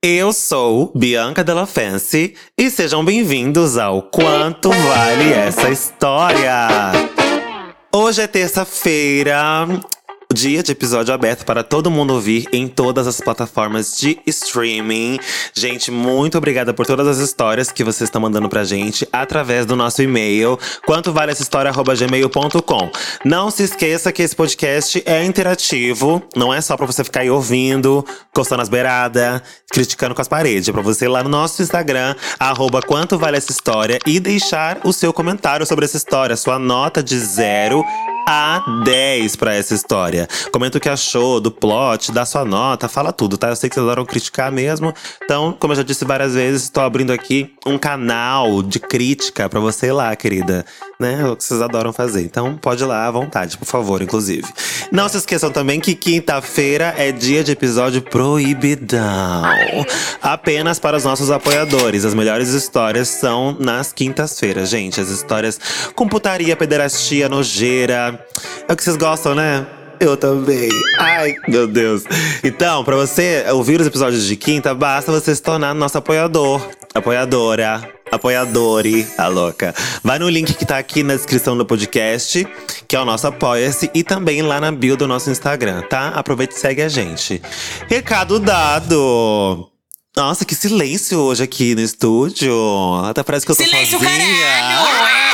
Eu sou Bianca Della Fancy e sejam bem-vindos ao Quanto Vale Essa História? Hoje é terça-feira, dia de episódio aberto para todo mundo ouvir em todas as plataformas de streaming. Gente, muito obrigada por todas as histórias que vocês estão mandando pra gente através do nosso e-mail quantovaleessahistoria@gmail.com. Não se esqueça que esse podcast é interativo, não é só pra você ficar aí ouvindo, coçando as beiradas, criticando com as paredes. É pra você ir lá no nosso Instagram, @quantovaleessahistoria, e deixar o seu comentário sobre essa história, sua nota de 0 a 10 pra essa história. Comenta o que achou do plot, dá sua nota, fala tudo, tá? Eu sei que vocês adoram criticar mesmo. Então, como eu já disse várias vezes, estou abrindo aqui um canal de crítica pra você ir lá, querida. Né? É o que vocês adoram fazer. Então, pode ir lá à vontade, por favor, inclusive. Não se esqueçam também que quinta-feira é dia de episódio proibidão. Apenas para os nossos apoiadores. As melhores histórias são nas quintas-feiras, gente. As histórias com putaria, pederastia, nojeira. É o que vocês gostam, né? Eu também. Ai, meu Deus. Então, pra você ouvir os episódios de quinta, basta você se tornar nosso apoiador. Apoiadora. Apoiadore, a louca. Vai no link que tá aqui na descrição do podcast, que é o nosso Apoia-se, e também lá na bio do nosso Instagram, tá? Aproveita e segue a gente. Recado dado! Nossa, que silêncio hoje aqui no estúdio. Até parece que eu tô silêncio, sozinha.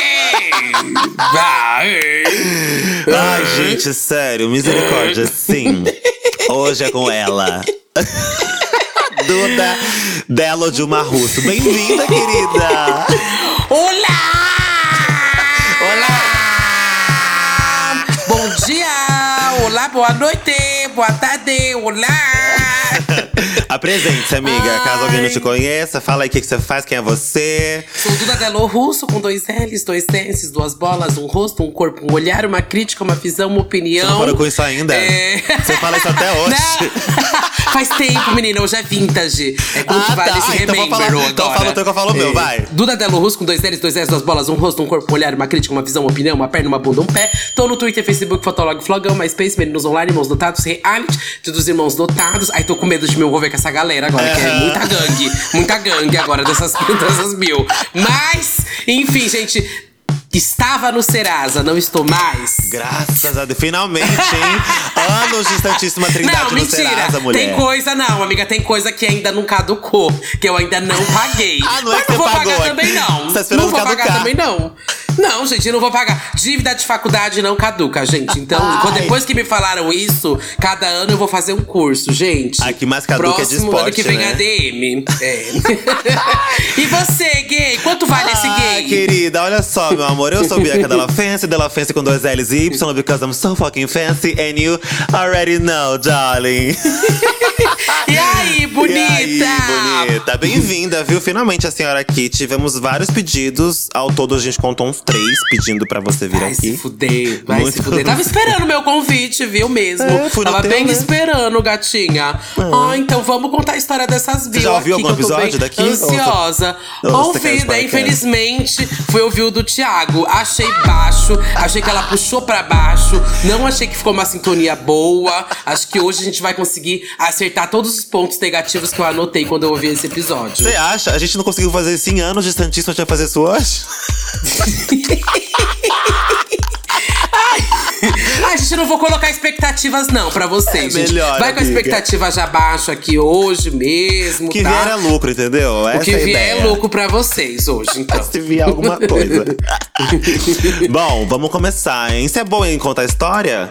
Ai, gente, sério, misericórdia, sim. Hoje é com ela. Duda Delo de uma Russo. Bem-vinda, querida! Olá! Olá! Bom dia! Olá, boa noite! Boa tarde! Olá! Apresente-se, amiga. Caso alguém não te conheça, fala aí o que você faz, quem é você. Sou Duda Delo Russo, com 2 L's, 2 S's, 2 bolas, um rosto, um corpo, um olhar, uma crítica, uma visão, uma opinião. Você não parou com isso ainda? Você fala isso até hoje. Não. Faz tempo, menina, hoje é vintage. É quanto vale esse então remember agora. Então fala o teu que eu falo o meu, vai. Duda Delo Russo, com 2 L's, 2 S's, 2 bolas, um rosto, um corpo, um olhar, uma crítica, uma visão, uma opinião, uma perna, uma bunda, um pé. Tô no Twitter, Facebook, Fotolog, Flogão, MySpace, Meninos Online, Irmãos Dotados, Reality, dos Irmãos Dotados. Aí tô com medo de me envolver com essa galera agora, que é muita gangue agora dessas mil. Mas, enfim, gente, estava no Serasa, não estou mais. Graças a Deus, finalmente, hein? Anos de Santíssima Trindade não, no mentira. Serasa, mulher. Tem coisa não, amiga, tem coisa que ainda não caducou, que eu ainda não paguei. Não é mas que não vou você pagou, pagar também não. Você tá esperando não vou caducar. pagar também não. Não, gente, eu não vou pagar. Dívida de faculdade não caduca, gente. Então, depois que me falaram isso, cada ano eu vou fazer um curso, gente. Aqui mais caduca próximo é de esporte, ano que vem né? ADM. É. E você, gay? Quanto vale esse gay? Querida, olha só, meu amor. Eu sou Bianca Della Fancy com 2 L's e Y, because I'm so fucking fancy and you already know, darling. E aí, bonita? E aí, bonita? Bem-vinda, viu? Finalmente a senhora aqui. Tivemos vários pedidos. Ao todo, a gente contou uns 3 pedindo pra você vir vai aqui. Se fuder, vai Muito. se fuder. Tava esperando o meu convite, viu mesmo? Fui no Tava teu, bem né? esperando, gatinha. Então vamos contar a história dessas Você viu já ouviu aqui, algum que eu tô episódio bem daqui? ansiosa. Ou você quer Ouvi, spoiler? né? Infelizmente, fui ouvir o do Thiago. Achei baixo, achei que ela puxou pra baixo. Não achei que ficou uma sintonia boa. Acho que hoje a gente vai conseguir acertar todos os pontos negativos que eu anotei quando eu ouvi esse episódio. Você acha? A gente não conseguiu fazer isso em anos de Santíssima, a gente vai fazer isso hoje? Ai, gente, eu não vou colocar expectativas não pra vocês, gente. melhor, vai com a amiga. expectativa já baixa aqui hoje mesmo, O que tá? vier é lucro, entendeu? O que Essa é a vier ideia. é lucro pra vocês hoje, então. Se vier alguma coisa. Bom, vamos começar, hein? Você é bom em contar história?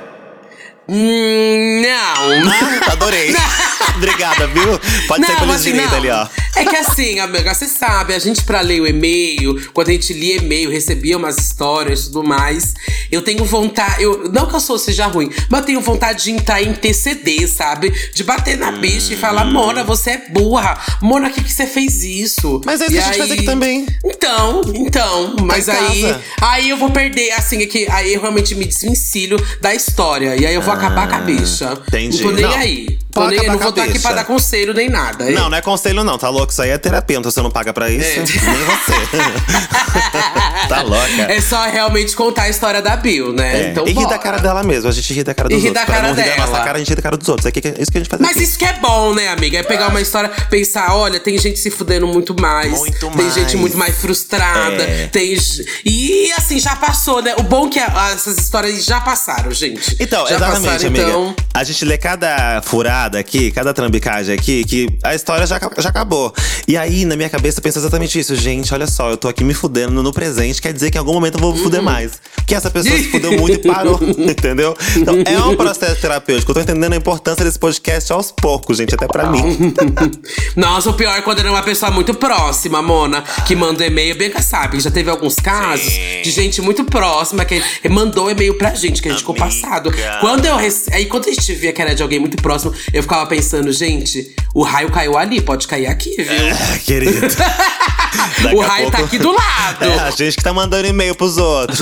Não. Adorei. Obrigada, viu? Pode ser pelos assim, direitos não. ali, ó. É que assim, amiga, você sabe, a gente pra ler o e-mail, quando a gente lia e-mail, recebia umas histórias e tudo mais, eu tenho vontade, não que eu seja ruim, mas eu tenho vontade de entrar em TCD, sabe? De bater na bicha e falar, Mona, você é burra. Mona, que você fez isso? Mas é isso que a gente faz aqui também. Então, mas Tá em aí casa. eu vou perder, assim, é que aí eu realmente me desvencilho da história. E aí eu vou acabar com a bicha. Entendi. Não tô nem Não. aí. Pode Eu não acabar vou com a estar aqui pra bicha. dar conselho nem nada. Não, não é conselho não, tá louco? Isso aí é terapia, então você não paga pra isso, nem você. Tá louca. É só realmente contar a história da Bill, né? Então, e rir bora. da cara dela mesmo, a gente ri da cara dos E ri outros. da cara pra não rir da dela. nossa cara, a gente ri da cara dos outros. É isso que a gente faz Mas aqui. isso que é bom, né, amiga? É pegar uma história, pensar, olha, tem gente se fudendo muito mais. Muito Tem mais. gente muito mais frustrada. É. E assim, já passou, né? O bom é que essas histórias já passaram, gente. Então, já exatamente, passaram, amiga. então. A gente lê cada furada aqui, cada trambicagem aqui, que a história já acabou. E aí, na minha cabeça, eu penso exatamente isso. Gente, olha só, eu tô aqui me fudendo no presente, quer dizer que em algum momento eu vou me fuder mais. Porque essa pessoa se fudeu muito e parou, entendeu? Então, é um processo terapêutico. Eu tô entendendo a importância desse podcast aos poucos, gente, até pra mim. Nossa, o pior é quando era uma pessoa muito próxima, Mona, que manda e-mail. Bem que sabe, já teve alguns casos de gente muito próxima que mandou e-mail pra gente, que a gente ficou passado. Aí quando a gente via que era de alguém muito próximo, eu ficava pensando, gente, o raio caiu ali, pode cair aqui, viu? Querido. O raio tá aqui do lado. É, a gente que tá mandando e-mail pros outros.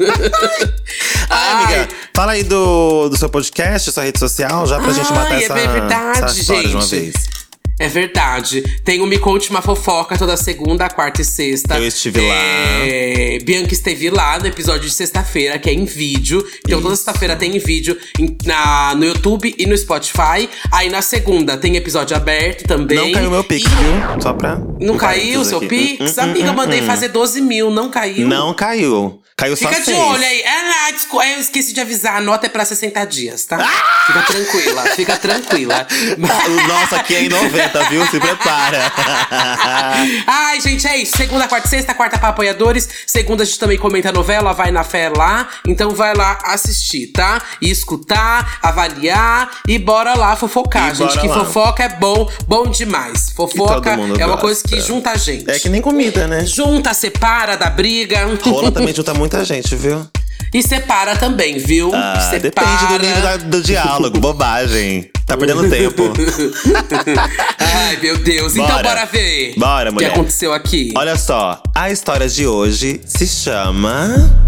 Amiga, fala aí do seu podcast, sua rede social, já pra gente matar essa história de uma vez. É verdade. Tem o Me Conte Uma Fofoca toda segunda, quarta e sexta. Eu estive lá. Bianca esteve lá no episódio de sexta-feira, que é em vídeo. Então toda sexta-feira tem em vídeo no YouTube e no Spotify. Aí na segunda tem episódio aberto também. Não caiu meu Pix, viu? Só pra… Não caiu o seu aqui. Pix? Amiga, mandei fazer 12 mil, não caiu. Não caiu. Caiu só Fica 6. de olho aí. Eu esqueci de avisar. A nota é pra 60 dias, tá? Fica tranquila, fica tranquila. O nosso aqui é em 90, viu? Se prepara. Ai, gente, é isso. Segunda, quarta e sexta. Quarta pra apoiadores. Segunda a gente também comenta a novela, Vai na Fé lá. Então vai lá assistir, tá? E escutar, avaliar e bora lá fofocar, gente. Que fofoca é bom demais. Fofoca é uma coisa que junta a gente. É que nem comida, né? Junta, separa da briga. Rola também junta muita gente, viu? E separa também, viu? Separa. Depende do nível do diálogo. Bobagem. Tá perdendo tempo. Ai, meu Deus. Então bora ver. Bora, mulher. O que aconteceu aqui. Olha só, a história de hoje se chama…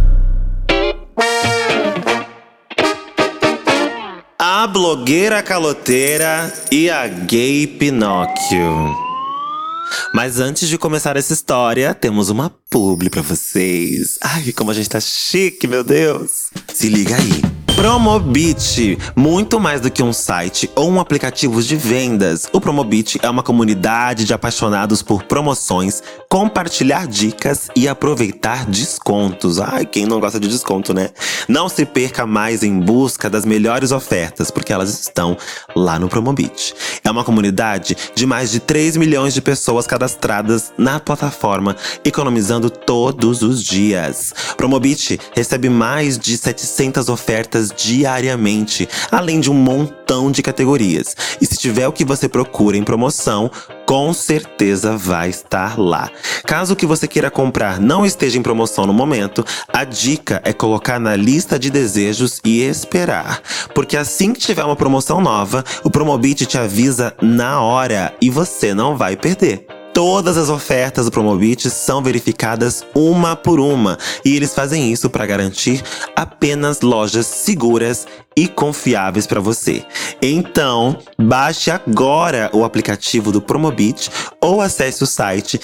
A Blogueira Caloteira e a Gay Pinóquio. Mas antes de começar essa história, temos uma publi pra vocês. Ai, como a gente tá chique, meu Deus. Se liga aí. Promobit, muito mais do que um site ou um aplicativo de vendas, o Promobit é uma comunidade de apaixonados por promoções, compartilhar dicas e aproveitar descontos. Ai, quem não gosta de desconto, né? Não se perca mais em busca das melhores ofertas, porque elas estão lá no Promobit. É uma comunidade de mais de 3 milhões de pessoas cadastradas na plataforma, economizando todos os dias. Promobit recebe mais de 700 ofertas diariamente, além de um montão de categorias. E se tiver o que você procura em promoção, com certeza vai estar lá. Caso o que você queira comprar não esteja em promoção no momento, a dica é colocar na lista de desejos e esperar. Porque assim que tiver uma promoção nova, o Promobit te avisa na hora e você não vai perder. Todas as ofertas do Promobit são verificadas uma por uma e eles fazem isso para garantir apenas lojas seguras e confiáveis para você. Então, baixe agora o aplicativo do Promobit ou acesse o site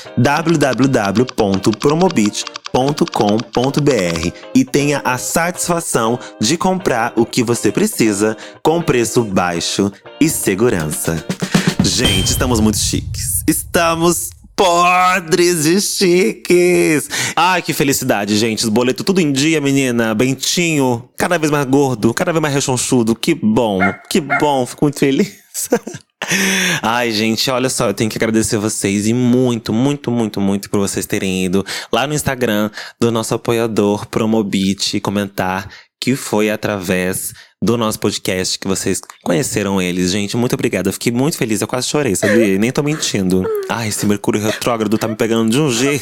www.promobit.com.br e tenha a satisfação de comprar o que você precisa com preço baixo e segurança. Gente, estamos muito chiques. Estamos podres de chiques. Ai, que felicidade, gente. Os boletos tudo em dia, menina. Bentinho, cada vez mais gordo, cada vez mais rechonchudo. Que bom, fico muito feliz. Ai, gente, olha só, eu tenho que agradecer vocês e muito por vocês terem ido lá no Instagram do nosso apoiador Promobit e comentar que foi através do nosso podcast que vocês conheceram eles. Gente, muito obrigada. Eu fiquei muito feliz. Eu quase chorei, sabia? Nem tô mentindo. Ai, esse Mercúrio retrógrado tá me pegando de um jeito.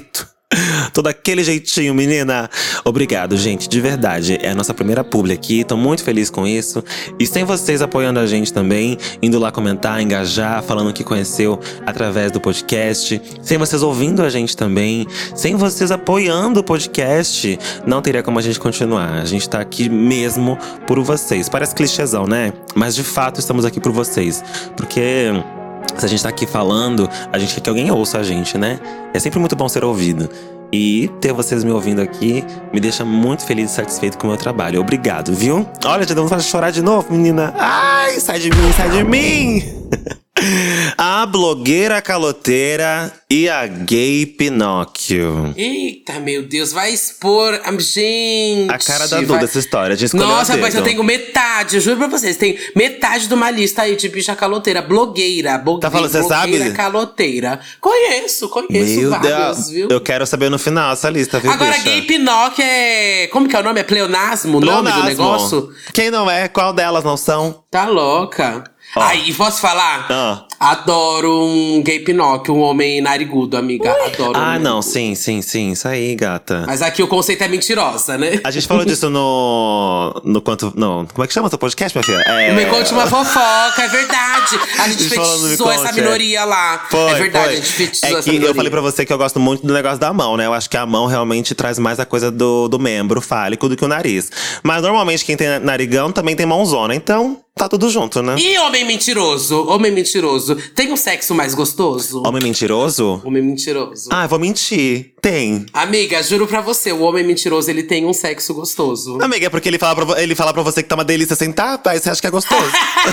Tô daquele jeitinho, menina. Obrigado, gente, de verdade. É a nossa primeira publi aqui, tô muito feliz com isso. E sem vocês apoiando a gente também, indo lá comentar, engajar, falando que conheceu através do podcast. Sem vocês ouvindo a gente também. Sem vocês apoiando o podcast, não teria como a gente continuar. A gente tá aqui mesmo por vocês. Parece clichêzão, né? Mas de fato estamos aqui por vocês. Porque se a gente tá aqui falando, a gente quer que alguém ouça a gente, né? É sempre muito bom ser ouvido. E ter vocês me ouvindo aqui me deixa muito feliz e satisfeito com o meu trabalho. Obrigado, viu? Olha, já deu vontade de chorar de novo, menina. Ai, sai de mim, sai de mim! A blogueira caloteira e a gay Pinóquio. Eita, meu Deus, vai expor. Gente. A cara da Duda, essa história. De escolher Nossa, a mas eu tenho metade, eu juro pra vocês. Tem metade de uma lista aí de bicha caloteira. Blogueira. Tá falando, você sabe? Blogueira caloteira. Conheço Meu vários, Deus, viu? eu quero saber no final essa lista, viu, Agora, bicha? gay Pinóquio é… Como que é o nome? É pleonasmo? O nome do negócio? Quem não é? Qual delas não são? Tá louca. Ó. Aí, posso falar? Ah. Adoro um gay Pinóquio, um homem narigudo, amiga. Adoro. Ah, não, sim, isso aí, gata. Mas aqui o conceito é mentirosa, né? A gente falou disso no quanto… Não, como é que chama o seu podcast, minha filha? Me conte uma fofoca, é verdade. A gente fetichizou essa minoria lá. Foi, é verdade, foi. a gente fetichizou É essa que minoria. eu falei pra você que eu gosto muito do negócio da mão, né? Eu acho que a mão realmente traz mais a coisa do membro fálico do que o nariz. Mas normalmente quem tem narigão também tem mãozona, então… Tá tudo junto, né? E homem mentiroso? Homem mentiroso. Tem um sexo mais gostoso? Homem mentiroso? Homem mentiroso. Ah, eu vou mentir. Tem. Amiga, juro pra você, o homem mentiroso, ele tem um sexo gostoso. Amiga, é porque ele fala pra você que tá uma delícia sentar, aí você acha que é gostoso.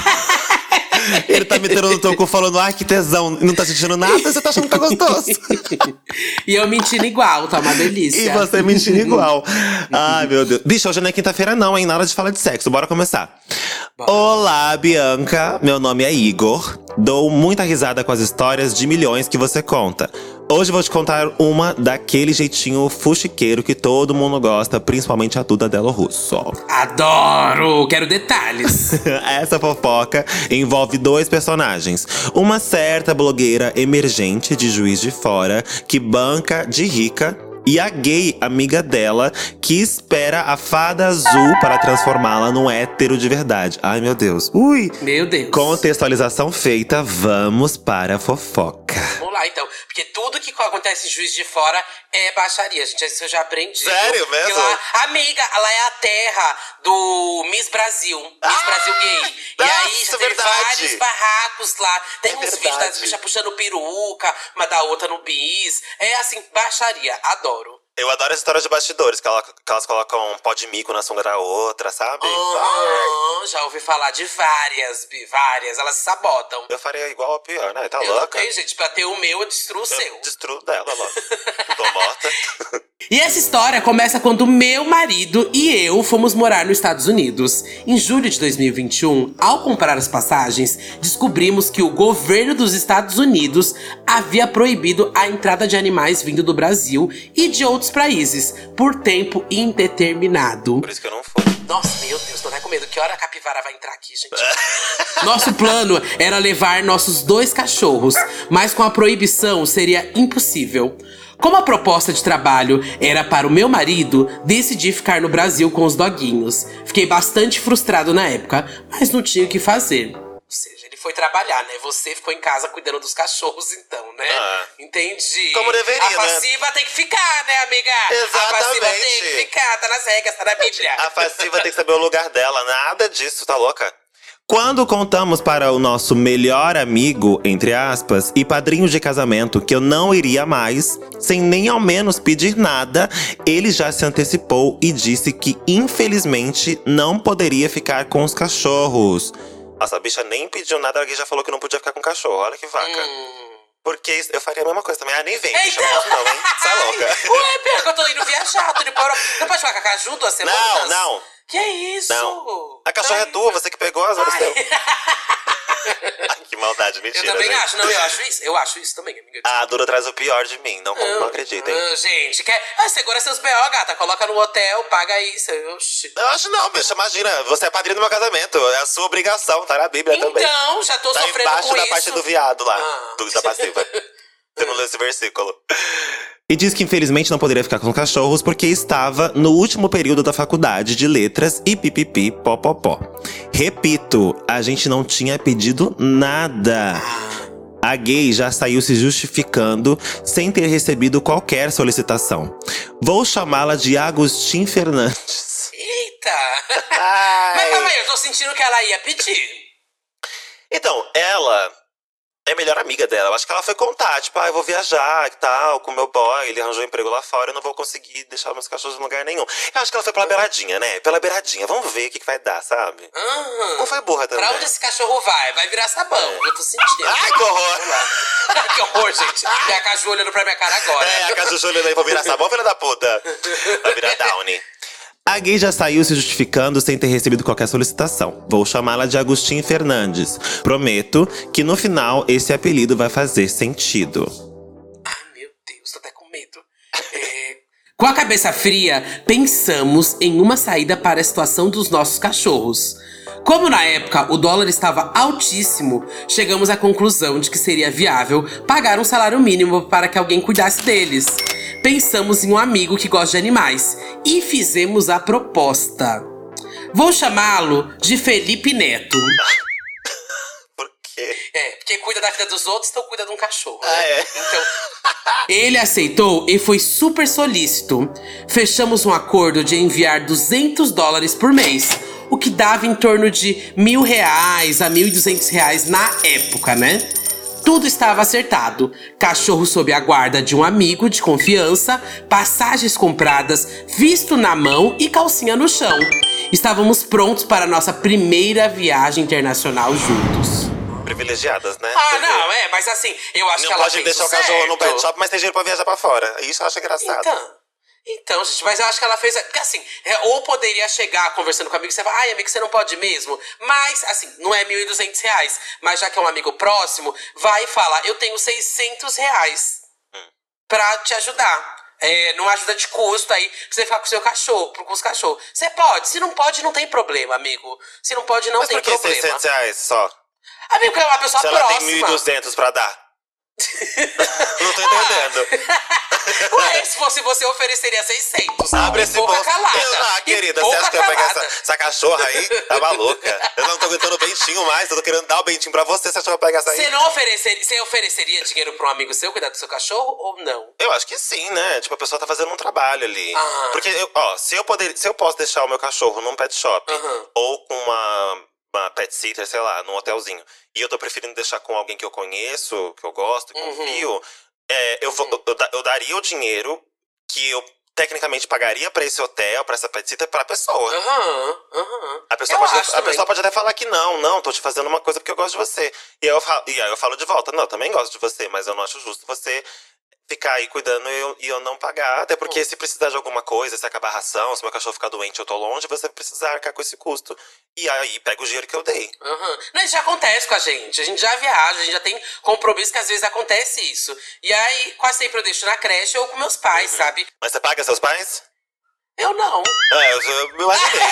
Ele tá metendo no teu cu falando, ai, que tesão, e não tá sentindo nada, você tá achando que tá gostoso. E eu mentindo igual, tá uma delícia. E você mentindo igual. Ai, meu Deus. Bicho, hoje não é quinta-feira não, hein? Nada de falar de sexo. Bora começar. Olá, Bianca. Meu nome é Igor. Dou muita risada com as histórias de milhões que você conta. Hoje vou te contar uma daquele jeitinho fuxiqueiro que todo mundo gosta, principalmente a Duda Delo Russo. Adoro! Quero detalhes. Essa fofoca envolve dois personagens. Uma certa blogueira emergente de Juiz de Fora que banca de rica e a gay amiga dela que espera a fada azul para transformá-la num hétero de verdade. Ai, meu Deus. Ui! Meu Deus. Contextualização feita, vamos para a fofoca. Vamos lá, então. Porque tudo que acontece em Juiz de Fora é baixaria, gente. Isso eu já aprendi. Sério mesmo? Porque lá, amiga, ela é a terra do Miss Brasil. Miss Brasil gay. E aí já teve verdade. vários barracos lá. Tem uns vídeos verdade. das bichas puxando peruca, uma da outra no bis. É assim, baixaria. Adoro. Eu adoro as histórias de bastidores, que elas colocam um pó de mico na sombra da outra, sabe? Já ouvi falar de várias, várias. Elas se sabotam. Eu faria igual ou pior, né? Tá Eu não louca? tenho, gente. Pra ter o meu, eu destruo o seu. Destruo dela logo. Tô morta. E essa história começa quando meu marido e eu fomos morar nos Estados Unidos. Em julho de 2021, ao comprar as passagens, descobrimos que o governo dos Estados Unidos havia proibido a entrada de animais vindo do Brasil e de outros países por tempo indeterminado. Por isso que eu não fui. Nossa, meu Deus, tô até com medo. Que hora a capivara vai entrar aqui, gente? Nosso plano era levar nossos 2 cachorros, mas com a proibição seria impossível. Como a proposta de trabalho era para o meu marido, decidi ficar no Brasil com os doguinhos. Fiquei bastante frustrado na época, mas não tinha o que fazer. Ou seja, ele foi trabalhar, né? Você ficou em casa cuidando dos cachorros, então, né? Entendi. Como deveria, A passiva tem que ficar, né, amiga? A passiva Exatamente. tem que ficar, tá nas regras, tá na Bíblia. A passiva tem que saber o lugar dela. Nada disso, tá louca? Quando contamos para o nosso melhor amigo, entre aspas, e padrinho de casamento que eu não iria mais, sem nem ao menos pedir nada, ele já se antecipou e disse que, infelizmente, não poderia ficar com os cachorros. Nossa, a bicha nem pediu nada, alguém já falou que não podia ficar com cachorro. Olha que vaca. Porque eu faria a mesma coisa também. Ah, nem vem, bicha, não posso não, hein? Você é louca. Ué, pior que eu tô indo viajar, tô indo pra Europa. Não pode ficar com a Caju 2 semanas? Não. Que isso? Não. A cachorra é tua, você que pegou as horas teu. Ai, que maldade, Eu mentira, também gente. acho, não, eu acho isso também, amiga. A Dura traz o pior de mim, não acreditem. Gente, segura seus B.O., gata, coloca no hotel, paga isso. Oxi. Eu acho não, bicha, imagina, você é padrinho do meu casamento, é a sua obrigação, tá na Bíblia também. Então, já tô Tá sofrendo embaixo com da isso. parte do viado lá, da passiva. Você não leu esse versículo. E diz que infelizmente não poderia ficar com os cachorros porque estava no último período da faculdade de letras e pipipi popopó. Repito, a gente não tinha pedido nada. A gay já saiu se justificando sem ter recebido qualquer solicitação. Vou chamá-la de Agostinho Fernandes. Eita! Mas calma aí, eu tô sentindo que ela ia pedir. Então, ela é a melhor amiga dela. Eu acho que ela foi contar, tipo, eu vou viajar e tal, com o meu boy, ele arranjou um emprego lá fora, eu não vou conseguir deixar meus cachorros em lugar nenhum. Eu acho que ela foi pela beiradinha, né? Pela beiradinha. Vamos ver o que vai dar, sabe? Não foi burra também. Pra onde esse cachorro vai? Vai virar sabão. Eu tô sentindo. Ai, que horror! Que horror, gente. E a Caju olhando pra minha cara agora. A Caju olhando aí, vou virar sabão, filha da puta. Vai virar Downy. A gay já saiu se justificando sem ter recebido qualquer solicitação. Vou chamá-la de Agostinho Fernandes. Prometo que no final esse apelido vai fazer sentido. Ai, meu Deus, tô até com medo. Com a cabeça fria, pensamos em uma saída para a situação dos nossos cachorros. Como na época o dólar estava altíssimo, chegamos à conclusão de que seria viável pagar um salário mínimo para que alguém cuidasse deles. Pensamos em um amigo que gosta de animais e fizemos a proposta. Vou chamá-lo de Felipe Neto. Por quê? Porque cuida da vida dos outros, então cuida de um cachorro. Então, ele aceitou e foi super solícito. Fechamos um acordo de enviar $200 por mês, o que dava em torno de R$1.000 a R$1.200 na época, né? Tudo estava acertado. Cachorro sob a guarda de um amigo de confiança, passagens compradas, visto na mão e calcinha no chão. Estávamos prontos para a nossa primeira viagem internacional juntos. Privilegiadas, né? Não, mas assim, eu acho que ela fez Não pode deixar o cachorro no pet shop, mas tem dinheiro pra viajar pra fora. Isso eu acho engraçado. Então, gente, mas eu acho que ela fez… Porque assim, ou poderia chegar conversando com o amigo e você fala… Ai, amigo, você não pode mesmo? Mas, assim, não é R$1.200. Mas já que é um amigo próximo, vai e fala… Eu tenho R$600 pra te ajudar. Numa ajuda de custo aí, pra você ficar com o seu cachorro, com os cachorros. Você pode. Se não pode, não tem problema, amigo. Se não pode, não tem problema. Mas por que R$600 só? Amigo, porque é uma pessoa próxima. Se ela tem 1.200 pra dar. Não tô entendendo. Ué, se fosse você, ofereceria 600. Abre esse bolso. Querida, você acha que eu ia pegar essa cachorra aí? Tá maluca? Eu não tô aguentando o bentinho mais, eu tô querendo dar o bentinho pra você. Você acha que eu vou pegar essa aí? Você ofereceria dinheiro pra um amigo seu cuidar do seu cachorro ou não? Eu acho que sim, né? Tipo, a pessoa tá fazendo um trabalho ali. Porque, se eu posso deixar o meu cachorro num pet shop ou com uma pet sitter, sei lá, num hotelzinho, e eu tô preferindo deixar com alguém que eu conheço, que eu gosto, que confio, eu daria o dinheiro que eu tecnicamente pagaria pra esse hotel, pra essa pet sitter, pra pessoa. A pessoa pode até falar que não, tô te fazendo uma coisa porque eu gosto de você. E aí eu falo de volta, não, eu também gosto de você, mas eu não acho justo você ficar aí cuidando e eu não pagar. Até porque se precisar de alguma coisa, se acabar a ração, se meu cachorro ficar doente, eu tô longe, você precisa arcar com esse custo. E aí pega o dinheiro que eu dei. Não, isso já acontece com a gente já viaja, a gente já tem compromisso que às vezes acontece isso. E aí, quase sempre eu deixo na creche ou com meus pais, sabe? Mas você paga seus pais? Eu não. Eu imaginei.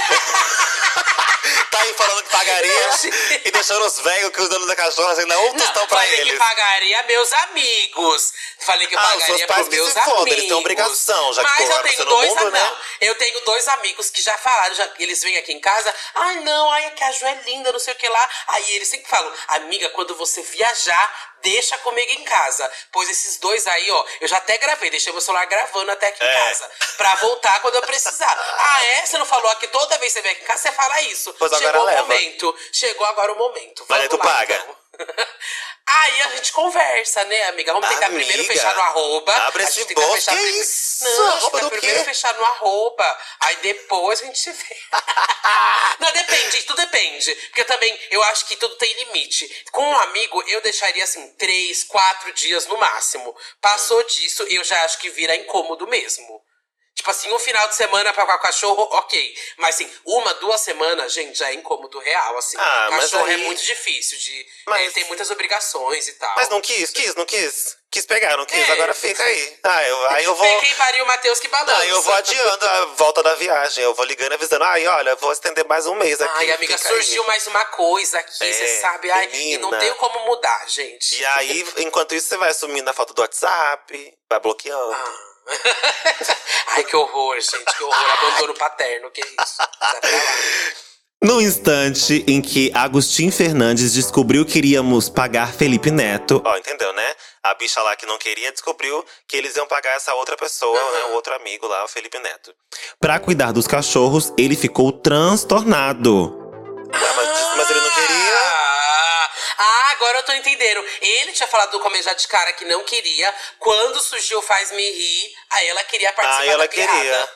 Tá aí falando que pagaria e deixando os velhos cuidando da cachorra assim, não, um tostão pra eles. Falei que pagaria meus amigos. Falei que pagaria pros meus amigos. Eles têm obrigação, já que eu tenho dois mundo, né? Não, eu tenho 2 amigos que já falaram, eles vêm aqui em casa. Ai, não, ai, que a Jo é linda, não sei o que lá. Aí eles sempre falam, amiga, quando você viajar, deixa comigo em casa. Pois esses 2 aí, eu já até gravei, deixei meu celular gravando até aqui em casa. Pra voltar quando eu precisar. Você não falou aqui, toda vez que você vem aqui em casa, você fala isso. Pois agora leva. Chegou agora o momento. Mas aí tu paga. Então. Aí a gente conversa, né, amiga? Vamos tentar primeiro fechar no arroba. Abre esse bolso, que isso? Não, a gente tenta primeiro fechar no arroba. Aí depois a gente se vê. Não, depende, tudo depende. Porque também, eu acho que tudo tem limite. Com um amigo, eu deixaria assim, 3, 4 dias no máximo. Passou disso, eu já acho que vira incômodo mesmo. Tipo assim, um final de semana pra com o cachorro, ok. Mas assim, 1, 2 semanas, gente, já é incômodo real, assim. Cachorro é muito difícil de… Ele tem muitas obrigações e tal. Mas não quis. Quis pegar, não quis, agora fica aí. Aí eu vou… Tem quem pariu o Matheus que balança. Aí eu vou adiando a volta da viagem. Eu vou ligando, avisando. Olha, vou estender mais um mês aqui. Ai, amiga, surgiu mais uma coisa aqui, você sabe. E não tem como mudar, gente. E aí, enquanto isso, você vai assumindo a foto do WhatsApp, vai bloqueando. Ai, que horror, gente, que horror. Abandono paterno, que isso. Sai pra lá. No instante em que Agostinho Fernandes descobriu que iríamos pagar Felipe Neto… Ó, entendeu, né? A bicha lá que não queria descobriu que eles iam pagar essa outra pessoa, né? O outro amigo lá, o Felipe Neto. Pra cuidar dos cachorros, ele ficou transtornado. Mas ele não queria… Agora eu tô entendendo. Ele tinha falado no começo já de cara que não queria. Quando surgiu Faz-me Rir, aí ela queria participar ela da piada. queria.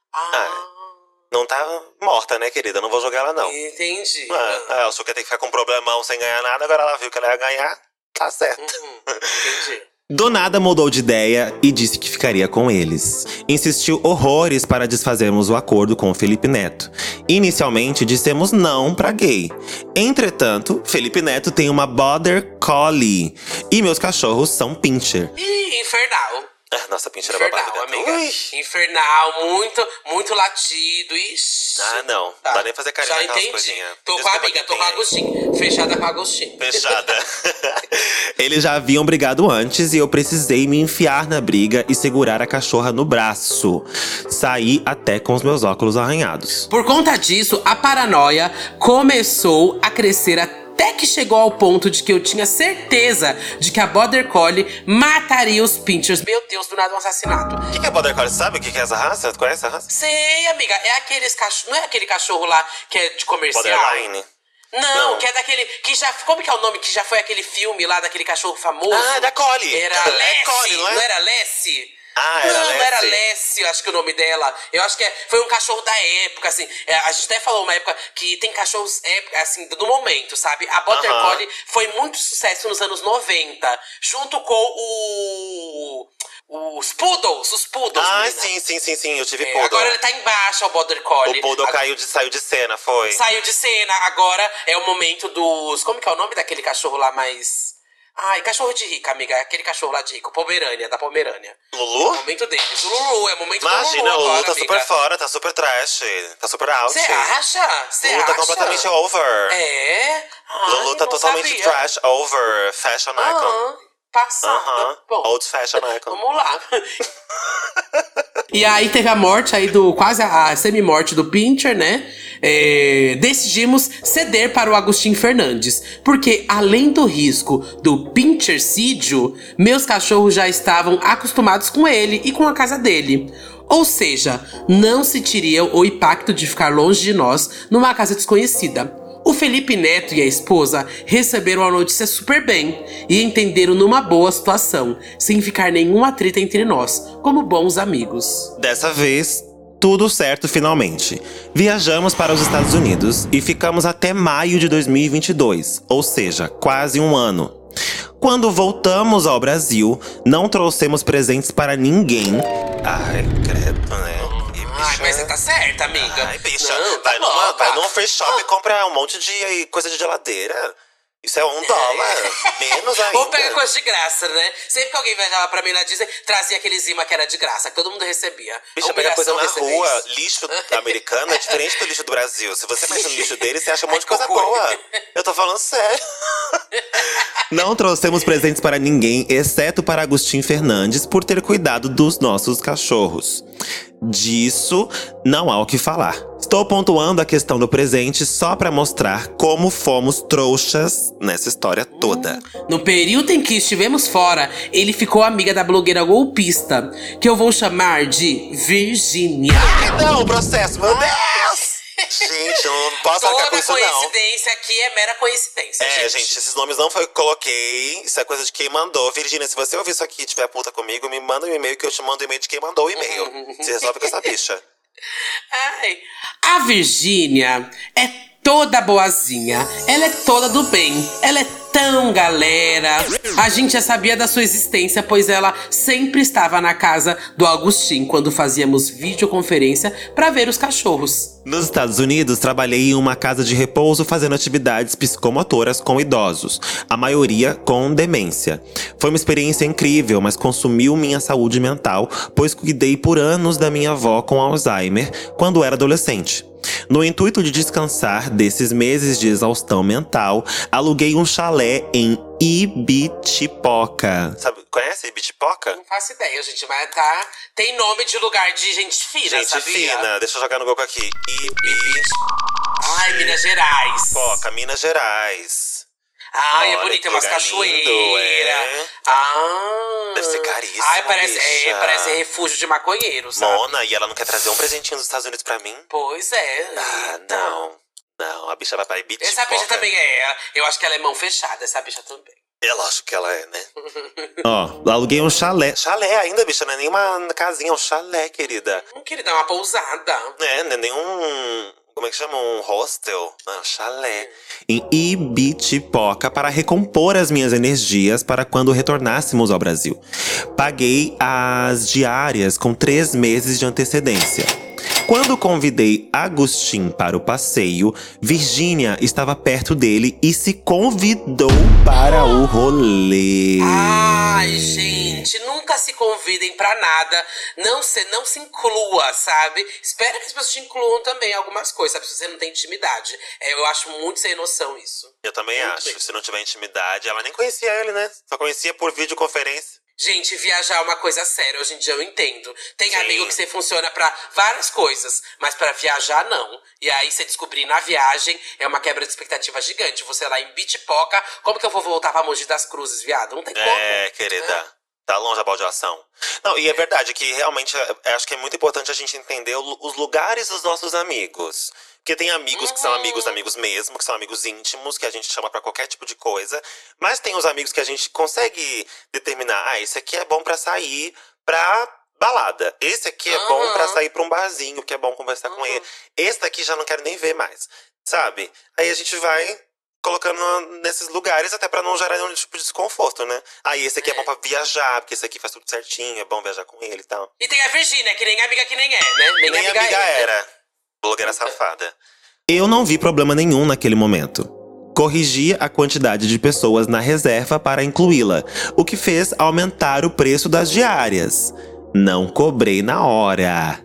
Não tá morta, né, querida? Não vou jogar ela, não. Entendi. Ela achou que ia ter que ficar com um problemão sem ganhar nada. Agora ela viu que ela ia ganhar. Tá certo. Entendi. Do nada mudou de ideia e disse que ficaria com eles. Insistiu horrores para desfazermos o acordo com o Felipe Neto. Inicialmente dissemos não pra gay. Entretanto, Felipe Neto tem uma Border Collie. E meus cachorros são Pinscher. Ih, infernal. Nossa, Pinscher é babado, Infernal, né? amiga. Ui. Infernal, muito latido. Ixi. Não. Tá. Não dá nem fazer carinho Já naquelas entendi. coisinhas. Tô com a Desculpa amiga, que tô com a tem. Agostinho. Fechada com a Agostinho. Fechada. Eles já haviam brigado antes e eu precisei me enfiar na briga e segurar a cachorra no braço. Saí até com os meus óculos arranhados. Por conta disso, a paranoia começou a crescer até que chegou ao ponto de que eu tinha certeza de que a Border Collie mataria os Pinschers. Meu Deus, do nada um assassinato. O que é Border Collie? Sabe o que é essa raça? Tu conhece essa raça? Sei, amiga. É aqueles cachorros. Não é aquele cachorro lá que é de comercial? Borderline? Não, que é daquele. Que já. Como que é o nome? Que já foi aquele filme lá daquele cachorro famoso? É da Collie. Era É Lessie, Collie, não é? não era Lessie? Era Não era Lessie. Lessie, eu acho que é o nome dela. Eu acho que foi um cachorro da época, assim. A gente até falou uma época que tem cachorros, assim, do momento, sabe? A Border Collie foi muito sucesso nos anos 90. Junto com os Poodles, menina. Sim, eu tive Poodle. Agora ele tá embaixo, o Border Collie. O Poodle saiu de cena, foi. Saiu de cena, agora é o momento dos… Como que é o nome daquele cachorro lá mais… Ai, cachorro de rica, amiga. Aquele cachorro lá de rico. Pomerânia, da Pomerânia. Lulu? É o momento deles. O Lulu, é o momento Imagina, do Lulu o Lulu agora, tá amiga. super fora, tá super trash, tá super out. Você acha? Você Lulu acha? tá completamente over. É? Ai, Lulu tá não totalmente sabia. trash, over, fashion icon. Passada. Bom, Old fashion icon. vamos lá. E aí teve a morte aí quase a semi-morte do Pinscher, né? Decidimos ceder para o Agostinho Fernandes. Porque além do risco do Pinschercídio, meus cachorros já estavam acostumados com ele e com a casa dele. Ou seja, não sentiriam o impacto de ficar longe de nós numa casa desconhecida. O Felipe Neto e a esposa receberam a notícia super bem e entenderam numa boa situação, sem ficar nenhum atrito entre nós, como bons amigos. Dessa vez, tudo certo finalmente. Viajamos para os Estados Unidos e ficamos até maio de 2022, ou seja, quase um ano. Quando voltamos ao Brasil, não trouxemos presentes para ninguém. Ai, credo, né? Ai, mas você tá certa, amiga. Ai, bicha, Não, vai num free shop e compra um monte de coisa de geladeira. Isso é $1. Menos ainda. Ou pega coisa de graça, né? Sempre que alguém viajava pra mim na Disney, trazia aqueles imã que era de graça, que todo mundo recebia. Bicha, pega coisa na Humilhação rua. receber isso. Lixo americano é diferente do lixo do Brasil. Se você mexe no lixo dele, você acha um monte de que coisa horror. boa. Eu tô falando sério. Não trouxemos presentes para ninguém, exceto para Agostinho Fernandes, por ter cuidado dos nossos cachorros. Disso, não há o que falar. Estou pontuando a questão do presente só pra mostrar como fomos trouxas nessa história toda. No período em que estivemos fora, ele ficou amiga da blogueira golpista, que eu vou chamar de Virgínia. Não, o processo, meu Deus! Gente, eu não posso arcar com Toda isso, não. coincidência aqui é mera coincidência, Gente, esses nomes não foi eu que coloquei. Isso é coisa de quem mandou. Virgínia, se você ouvir isso aqui e tiver puta comigo, me manda um e-mail que eu te mando o e-mail de quem mandou o e-mail. Se resolve com essa bicha. Ai, a Virgínia é toda boazinha, ela é toda do bem, ela é tão galera. A gente já sabia da sua existência, pois ela sempre estava na casa do Agostinho quando fazíamos videoconferência pra ver os cachorros. Nos Estados Unidos, trabalhei em uma casa de repouso fazendo atividades psicomotoras com idosos, a maioria com demência. Foi uma experiência incrível, mas consumiu minha saúde mental, pois cuidei por anos da minha avó com Alzheimer quando era adolescente. No intuito de descansar desses meses de exaustão mental, aluguei um chalé chalé em Ibitipoca. Sabe, conhece Ibitipoca? Não faço ideia, gente, mas tá… Tem nome de lugar de gente fina, Gente sabia? fina. Deixa eu jogar no Google aqui. Ai, Minas Gerais. Ibitipoca, Minas Gerais. Ai, é Olha, bonito, que tem umas lugar cachoeiras. lindo, é. Ah. Deve ser caríssimo, Ai, parece bicha. refúgio de maconheiro, sabe? Mona, e ela não quer trazer um presentinho dos Estados Unidos pra mim? Pois é. Ah, Eita. não, a bicha vai pra Ibitipoca. Essa bicha também é. Eu acho que ela é mão fechada, essa bicha também. É lógico que ela é, né? Ó, aluguei um chalé. Chalé ainda, bicha, não é nenhuma casinha, é um chalé, querida. Não queria dar uma pousada. É, não é nenhum… Como é que chama? Um hostel? Não, chalé. Em Ibitipoca para recompor as minhas energias para quando retornássemos ao Brasil. Paguei as diárias com 3 meses de antecedência. Quando convidei Agostinho para o passeio, Virgínia estava perto dele e se convidou para o rolê. Ai, gente, nunca se convidem pra nada. Não se inclua, sabe? Espera que as pessoas te incluam também em algumas coisas, sabe? Se você não tem intimidade. Eu acho muito sem noção isso. Eu também Muito acho. bem. Se não tiver intimidade, ela nem conhecia ele, né? Só conhecia por videoconferência. Gente, viajar é uma coisa séria, hoje em dia eu entendo. Tem Sim. amigo que você funciona pra várias coisas, mas pra viajar não. E aí você descobrir na viagem é uma quebra de expectativa gigante. Você lá em Bitipoca, como que eu vou voltar pra Mogi das Cruzes, viado? Não tem como. É, querida. Tá longe a baldeação. Não, e é verdade que realmente acho que é muito importante a gente entender os lugares dos nossos amigos. Porque tem amigos que são amigos mesmo, que são amigos íntimos, que a gente chama pra qualquer tipo de coisa. Mas tem os amigos que a gente consegue determinar. Ah, esse aqui é bom pra sair pra balada. Esse aqui é bom pra sair pra um barzinho, que é bom conversar com ele. Esse daqui já não quero nem ver mais, sabe? Aí a gente vai colocando nesses lugares até pra não gerar nenhum tipo de desconforto, né? Aí esse aqui é bom pra viajar, porque esse aqui faz tudo certinho, é bom viajar com ele e tal. E tem a Virgínia, que nem amiga que nem é, né? Nem amiga era. Blogueira safada. Eu não vi problema nenhum naquele momento. Corrigi a quantidade de pessoas na reserva para incluí-la, o que fez aumentar o preço das diárias. Não cobrei na hora.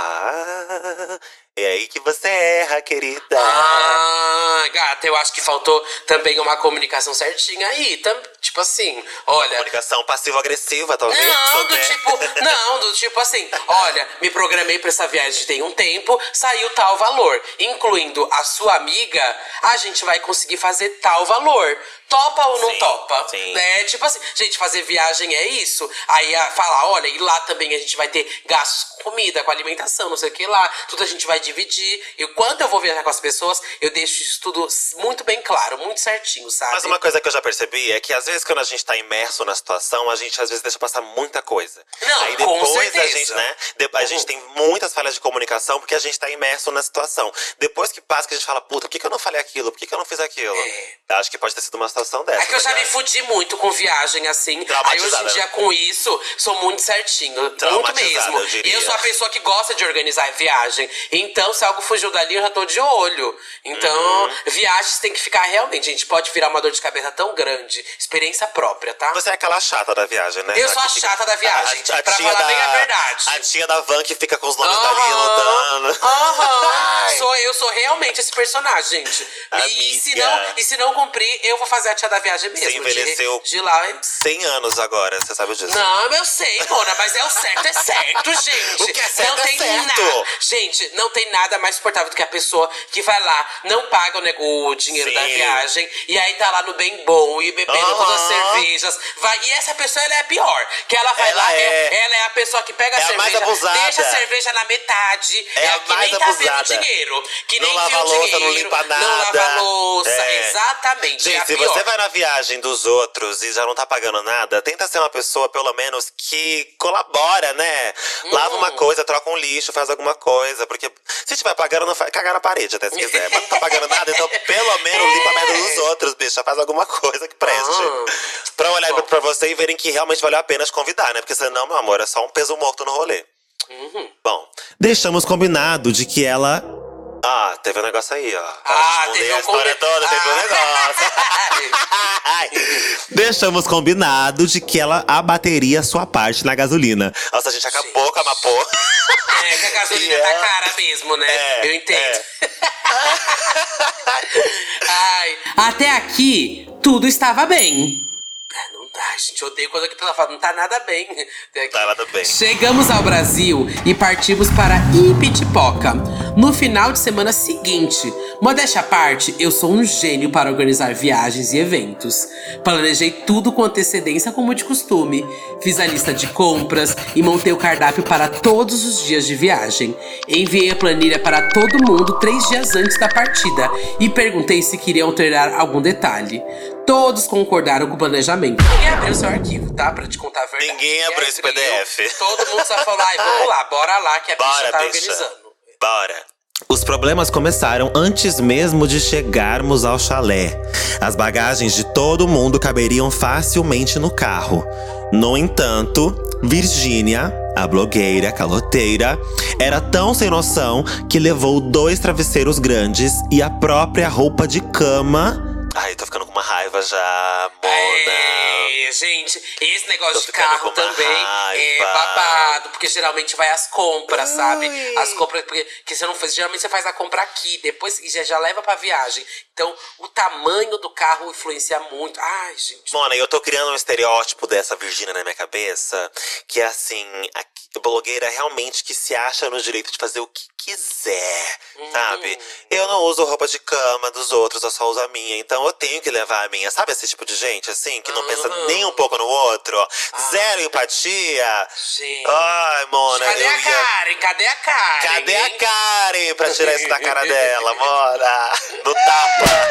Ah, é aí que você erra, querida. Ah, gata, eu acho que faltou também uma comunicação certinha aí. Tipo assim, olha… Comunicação passivo-agressiva, talvez. Não, do tipo assim, olha, me programei pra essa viagem tem um tempo, saiu tal valor. Incluindo a sua amiga, a gente vai conseguir fazer tal valor. Topa ou não topa? Sim. Né? Tipo assim, gente, fazer viagem é isso. Aí falar, olha, e lá também a gente vai ter gastos com comida, com alimentação, não sei o que lá. Tudo a gente vai dividir. E quando eu vou viajar com as pessoas, eu deixo isso tudo muito bem claro, muito certinho, sabe? Mas uma coisa que eu já percebi é que às vezes quando a gente tá imerso na situação, a gente às vezes deixa passar muita coisa. Não, aí depois com certeza. a gente, né? A gente tem muitas falhas de comunicação porque a gente tá imerso na situação. Depois que passa, que a gente fala, puta, por que eu não falei aquilo? Por que eu não fiz aquilo? Acho que pode ter sido uma situação dessa. É que eu já me fudi muito com viagem, assim. Aí hoje em dia, com isso, sou muito certinho. Muito mesmo. eu diria. E eu sou a pessoa que gosta de organizar a viagem. Então, se algo fugiu dali, eu já tô de olho. Então, viagens tem que ficar realmente. Gente, pode virar uma dor de cabeça tão grande. Experiência própria, tá? Você é aquela chata da viagem, né? Eu sou a chata da viagem. Pra falar bem a verdade. A tia da van que fica com os nomes da linha andando. Eu sou realmente esse personagem, gente. E se não cumprir, eu vou fazer a tia da viagem mesmo. Você envelheceu de lá. 100 anos agora, você sabe disso. Não, eu sei, Mona, mas é certo, gente. O que é certo não é tem certo. Nada. Gente, não tem nada mais suportável do que a pessoa que vai lá, não paga o dinheiro da viagem, e aí tá lá no bem bom e bebendo todas as cervejas. E essa pessoa, ela é a pior. Que ela vai lá, ela é a pessoa que pega a cerveja, mais abusada. deixa a cerveja na metade. É a que mais nem tá abusada. vendo dinheiro. Que Não nem lava viu a louça, dinheiro. não limpa nada. Não lava a louça. É. Exatamente. Gente, é a se pior. você vai na viagem dos outros e já não tá pagando nada, tenta ser uma pessoa, pelo menos, que colabora, né? Lava uma coisa, troca um lixo, faz alguma coisa. Porque se estiver pagando, não faz, cagar na parede até se quiser. Mas não tá pagando nada, então pelo menos limpa a merda dos outros, bicha. Faz alguma coisa que preste. Pra olhar pra você e verem que realmente valeu a pena te convidar, né? Porque senão, meu amor, é só um peso morto no rolê. Bom, deixamos combinado de que ela Teve um negócio aí, ó. Pra responder teve a um história toda, teve um negócio. Deixamos combinado de que ela abateria sua parte na gasolina. Nossa, a gente acabou com a Mapô. Que a gasolina tá cara mesmo, né? Eu entendo. Até aqui, tudo estava bem. Não dá, gente, eu odeio quando a pessoa fala, não tá nada bem. Tá nada bem. Chegamos ao Brasil e partimos para Ipitipoca. No final de semana seguinte, modéstia à parte, eu sou um gênio para organizar viagens e eventos. Planejei tudo com antecedência como de costume. Fiz a lista de compras e montei o cardápio para todos os dias de viagem. Enviei a planilha para todo mundo 3 dias antes da partida e perguntei se queriam alterar algum detalhe. Todos concordaram com o planejamento. Ninguém abriu seu arquivo, tá? Pra te contar a verdade. Ninguém abriu esse PDF. Todo mundo só falou, vamos lá, bora lá que a bicha tá organizando. Bora. Os problemas começaram antes mesmo de chegarmos ao chalé. As bagagens de todo mundo caberiam facilmente no carro. No entanto, Virgínia, a blogueira caloteira, era tão sem noção que levou 2 travesseiros grandes e a própria roupa de cama. Ai, tô ficando com uma raiva já, Mona. Gente, esse negócio de carro também é babado. Porque geralmente vai às compras, sabe? As compras, porque você não faz. Geralmente você faz a compra aqui, depois já leva pra viagem. Então, o tamanho do carro influencia muito. Ai, gente. Mona, eu tô criando um estereótipo dessa Virgínia na minha cabeça. Que é assim, a blogueira realmente que se acha no direito de fazer o que quiser, sabe? Eu não uso roupa de cama dos outros, eu só uso a minha. Então eu tenho que levar a minha. Sabe esse tipo de gente, assim? Que não pensa nem um pouco no outro? Zero empatia. Gente. Ai, Mona, Cadê a Karen? Cadê a Karen? Cadê a Karen pra tirar isso da cara dela, Mona? No tapa.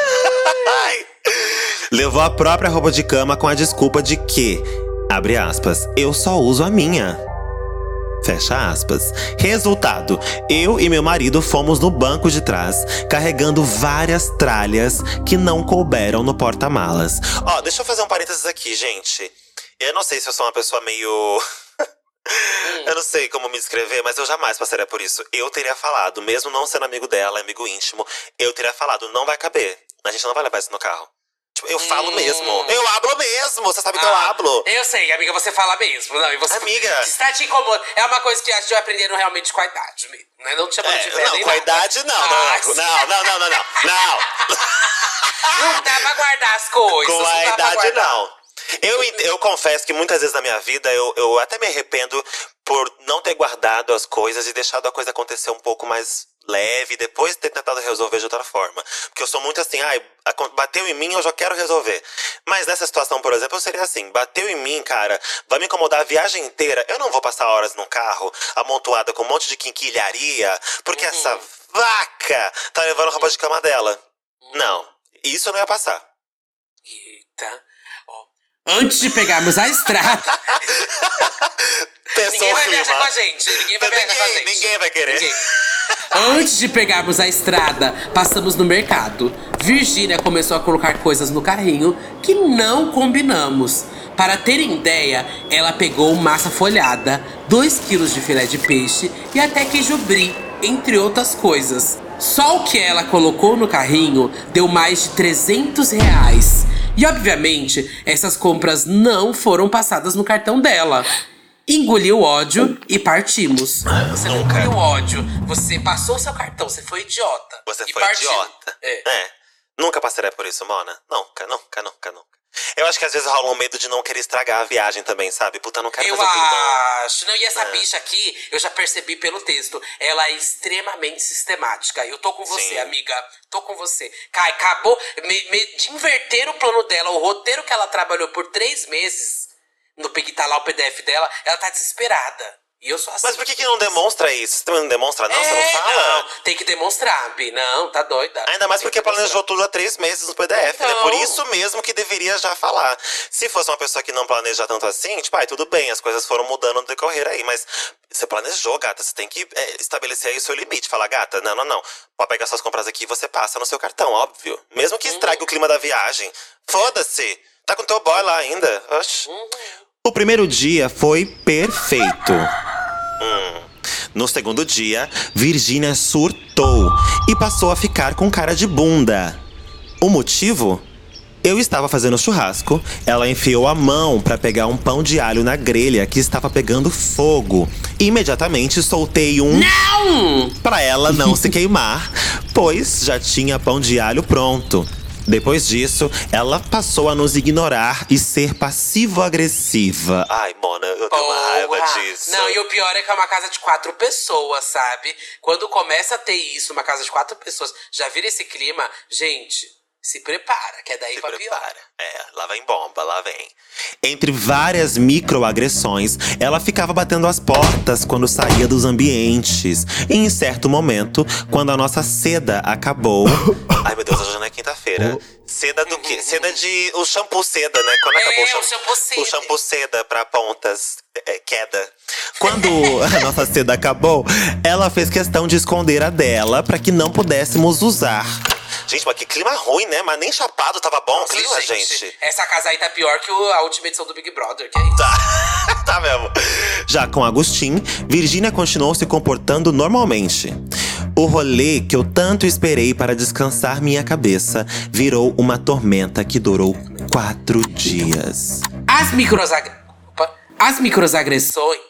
Levou a própria roupa de cama com a desculpa de que, abre aspas, eu só uso a minha. Fecha aspas. Resultado, eu e meu marido fomos no banco de trás, carregando várias tralhas que não couberam no porta-malas. Deixa eu fazer um parênteses aqui, gente. Eu não sei se eu sou uma pessoa meio… Eu não sei como me descrever, mas eu jamais passaria por isso. Eu teria falado, mesmo não sendo amigo dela, amigo íntimo, eu teria falado, não vai caber. A gente não vai levar isso no carro. Tipo, eu falo mesmo. Eu hablo mesmo. Você sabe que eu hablo. Eu sei, amiga, você fala mesmo. Não, e você, amiga. Se está te incomodando. É uma coisa que a gente vai aprendendo realmente com a idade mesmo. Né? Não te chamando de velho. Não, com a idade não. Não. Não dá pra guardar as coisas. Com a idade não. Eu confesso que muitas vezes na minha vida eu até me arrependo por não ter guardado as coisas e deixado a coisa acontecer um pouco mais leve, depois ter tentado resolver de outra forma. Porque eu sou muito assim, bateu em mim, eu já quero resolver. Mas nessa situação, por exemplo, eu seria assim, bateu em mim, cara, vai me incomodar a viagem inteira. Eu não vou passar horas num carro amontoada com um monte de quinquilharia, porque essa vaca tá levando a roupa de cama dela. Não, isso eu não ia passar. Eita. Antes de pegarmos a estrada… Ninguém vai viajar com a gente. Ninguém vai querer. Antes de pegarmos a estrada, passamos no mercado. Virgínia começou a colocar coisas no carrinho que não combinamos. Para terem ideia, ela pegou massa folhada, 2 quilos de filé de peixe e até queijo brie, entre outras coisas. Só o que ela colocou no carrinho deu mais de R$300. E obviamente, essas compras não foram passadas no cartão dela. Engoliu o ódio e partimos. Você não engoliu o ódio, você passou o seu cartão, você foi idiota. Você foi idiota. Nunca passaria por isso, Mona. Nunca. Eu acho que às vezes rola um medo de não querer estragar a viagem também, sabe? Puta, não quero fazer tudo, não. Eu acho. Não, e essa bicha aqui, eu já percebi pelo texto, ela é extremamente sistemática. Eu tô com você, Sim. amiga. Tô com você. Kai, acabou de inverter o plano dela, o roteiro que ela trabalhou por 3 meses. No peguei tá lá o PDF dela, ela tá desesperada. E eu sou assim. Mas por que não demonstra isso? Você também não demonstra, não? Você não fala? Não, tem que demonstrar, Bi. Não, tá doida. Ainda mais porque planejou tudo há 3 meses no PDF, né? Por isso mesmo que deveria já falar. Se fosse uma pessoa que não planeja tanto assim, tipo, tudo bem, as coisas foram mudando no decorrer aí. Mas você planejou, gata, você tem que estabelecer aí o seu limite. Falar, gata, não. Pode pegar suas compras aqui e você passa no seu cartão, óbvio. Mesmo que estrague o clima da viagem. Foda-se. Tá com teu boy lá ainda. Oxi. O primeiro dia foi perfeito. No segundo dia, Virgínia surtou e passou a ficar com cara de bunda. O motivo? Eu estava fazendo churrasco, ela enfiou a mão para pegar um pão de alho na grelha que estava pegando fogo. Imediatamente soltei um Não! para ela não se queimar, pois já tinha pão de alho pronto. Depois disso, ela passou a nos ignorar e ser passivo-agressiva. Ai, Mona, eu tenho uma raiva disso. Não, e o pior é que é uma casa de 4 pessoas, sabe? Quando começa a ter isso, uma casa de 4 pessoas, já vira esse clima, gente, se prepara, que é daí pra pior. Lá vem bomba, lá vem. Entre várias microagressões, ela ficava batendo as portas quando saía dos ambientes. E em certo momento, quando a nossa seda acabou… Ai, meu Deus, hoje não é quinta-feira. Seda do quê? Seda de… O shampoo seda, né? Quando acabou o shampoo seda. O shampoo seda pra pontas, queda. Quando a nossa seda acabou, ela fez questão de esconder a dela pra que não pudéssemos usar. Gente, mas que clima ruim, né? Mas nem chapado tava bom o clima, gente. Essa casa aí tá pior que a última edição do Big Brother, que é isso? Tá mesmo. Já com Agustin, Virgínia continuou se comportando normalmente. O rolê que eu tanto esperei para descansar minha cabeça virou uma tormenta que durou 4 dias. As microagressões…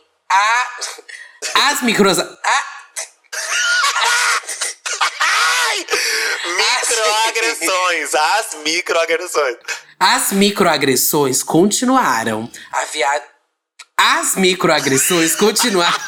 As microagressões continuaram. As microagressões continuaram.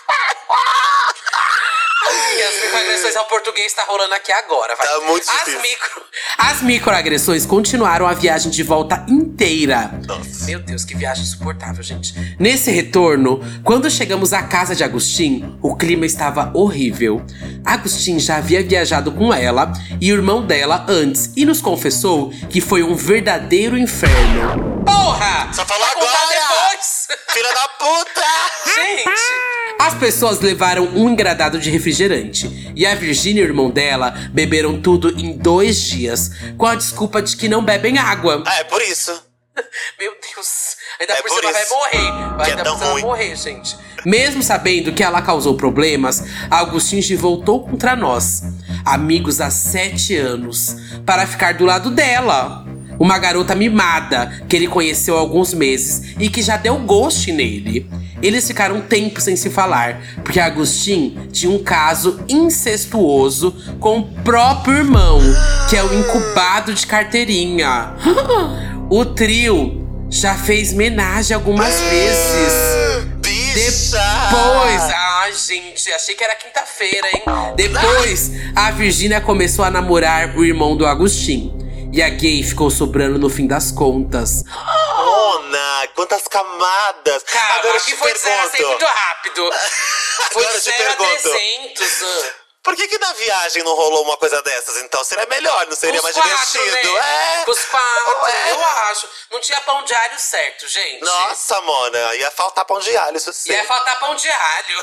As microagressões ao português tá rolando aqui agora, vai. Tá muito difícil. As microagressões continuaram a viagem de volta inteira. Nossa. Meu Deus, que viagem insuportável, gente. Nesse retorno, quando chegamos à casa de Agustin, o clima estava horrível. Agustin já havia viajado com ela e o irmão dela antes e nos confessou que foi um verdadeiro inferno. Porra! Só falou Vai contar agora! depois! Filha da puta! Gente! As pessoas levaram um engradado de refrigerante e a Virgínia e o irmão dela beberam tudo em 2 dias, com a desculpa de que não bebem água. Ah, é por isso. Meu Deus, ainda É por por cima vai isso morrer. que é Ainda tão por cima vai ruim. morrer, gente. Mesmo sabendo que ela causou problemas, Agustin se voltou contra nós, amigos há 7 anos, para ficar do lado dela. Uma garota mimada que ele conheceu há alguns meses e que já deu gosto nele. Eles ficaram um tempo sem se falar, porque Agustin tinha um caso incestuoso com o próprio irmão, que é o incubado de carteirinha. O trio já fez homenagem algumas vezes. Bicha! Depois, gente, achei que era quinta-feira, hein? Depois, a Virgínia começou a namorar o irmão do Agustin. E a gay ficou sobrando no fim das contas. Mona, quantas camadas! Cara, agora eu aqui te foi de 0 a 100 pergunto. muito rápido. Foi Agora eu de te 0 a pergunto. 300. Por que na viagem não rolou uma coisa dessas, então? Seria melhor, não seria Com mais os 4, divertido? né? Com os 4, Ué. eu acho. Não tinha pão de alho certo, gente. Nossa, Mona, ia faltar pão de alho, isso sim. Ia faltar pão de alho.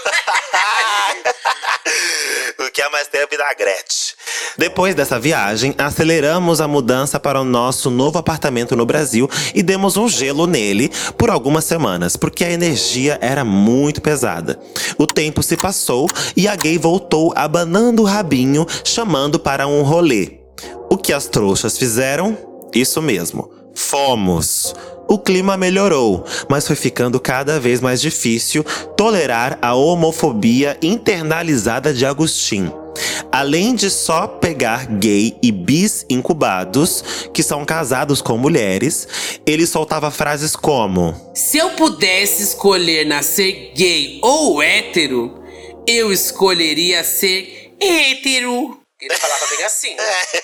O que é mais ter a vinagrete. Depois dessa viagem, aceleramos a mudança para o nosso novo apartamento no Brasil e demos um gelo nele por algumas semanas, porque a energia era muito pesada. O tempo se passou e a gay voltou abanando o rabinho, chamando para um rolê. O que as trouxas fizeram? Isso mesmo, fomos. O clima melhorou, mas foi ficando cada vez mais difícil tolerar a homofobia internalizada de Agustin. Além de só pegar gay e bis incubados, que são casados com mulheres, ele soltava frases como: Se eu pudesse escolher nascer gay ou hétero, eu escolheria ser hétero. Ele falava bem assim.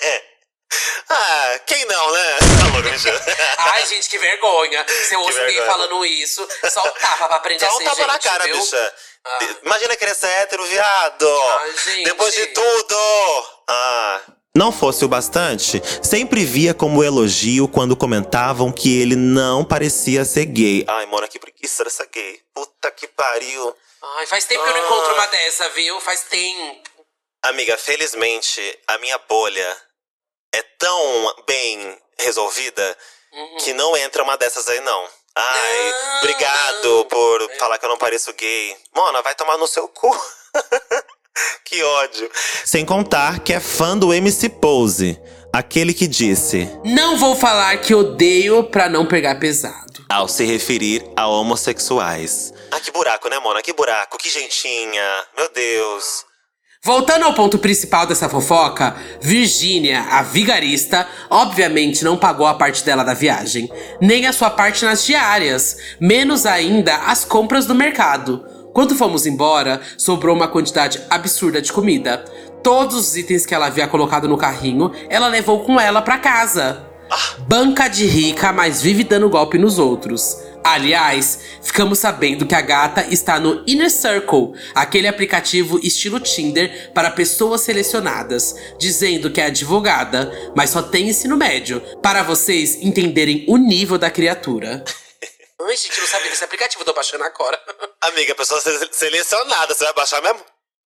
Ah, quem não, né? Tá louco, bicho. Ai, gente, que vergonha. Se eu ouço alguém vergonha. falando isso, só um tapa pra aprender Só a um ser tapa gente, na cara, viu? bicha. Imagina querer ser hétero, viado. gente. Depois de tudo. Não fosse o bastante, sempre via como elogio quando comentavam que ele não parecia ser gay. Ai, mano, que preguiça dessa gay. Puta que pariu. Ai, faz tempo que eu não encontro uma dessa, viu? Faz tempo. Amiga, felizmente, a minha bolha é tão bem resolvida que não entra uma dessas aí, não. Ai, obrigado por falar que eu não pareço gay. Mona, vai tomar no seu cu. Que ódio. Sem contar que é fã do MC Pose. Aquele que disse: Não vou falar que odeio pra não pegar pesado. Ao se referir a homossexuais. Ah, que buraco, né, Mona? Que buraco, que gentinha. Meu Deus. Voltando ao ponto principal dessa fofoca, Virgínia, a vigarista, obviamente não pagou a parte dela da viagem, nem a sua parte nas diárias, menos ainda as compras do mercado. Quando fomos embora, sobrou uma quantidade absurda de comida. Todos os itens que ela havia colocado no carrinho, ela levou com ela pra casa. Banca de rica, mas vive dando golpe nos outros. Aliás, ficamos sabendo que a gata está no Inner Circle, aquele aplicativo estilo Tinder para pessoas selecionadas, dizendo que é advogada, mas só tem ensino médio, para vocês entenderem o nível da criatura. Ai, gente, eu não sabia desse aplicativo, tô baixando agora. Amiga, pessoa selecionada, você vai baixar mesmo?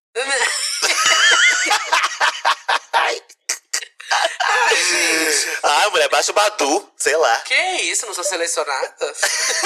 Ai, gente. Ai, mulher, baixa o Badu, sei lá. Que isso, não sou selecionada?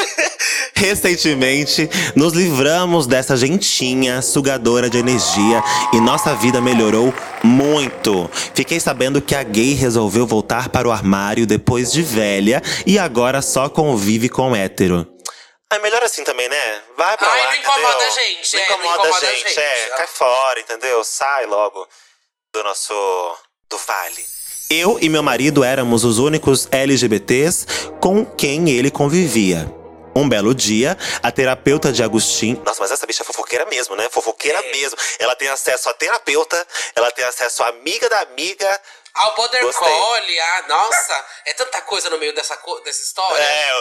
Recentemente, nos livramos dessa gentinha sugadora de energia e nossa vida melhorou muito. Fiquei sabendo que a gay resolveu voltar para o armário depois de velha e agora só convive com hétero. Ah, melhor assim também, né? Vai pra lá, não incomoda entendeu? a gente, não incomoda a gente, cai fora, entendeu? Sai logo do nosso… do vale. Eu e meu marido éramos os únicos LGBTs com quem ele convivia. Um belo dia, a terapeuta de Agostinho… Nossa, mas essa bicha é fofoqueira mesmo, né? Fofoqueira mesmo. Ela tem acesso à terapeuta, ela tem acesso à amiga da amiga… Ao Border Collie, nossa, é tanta coisa no meio dessa história.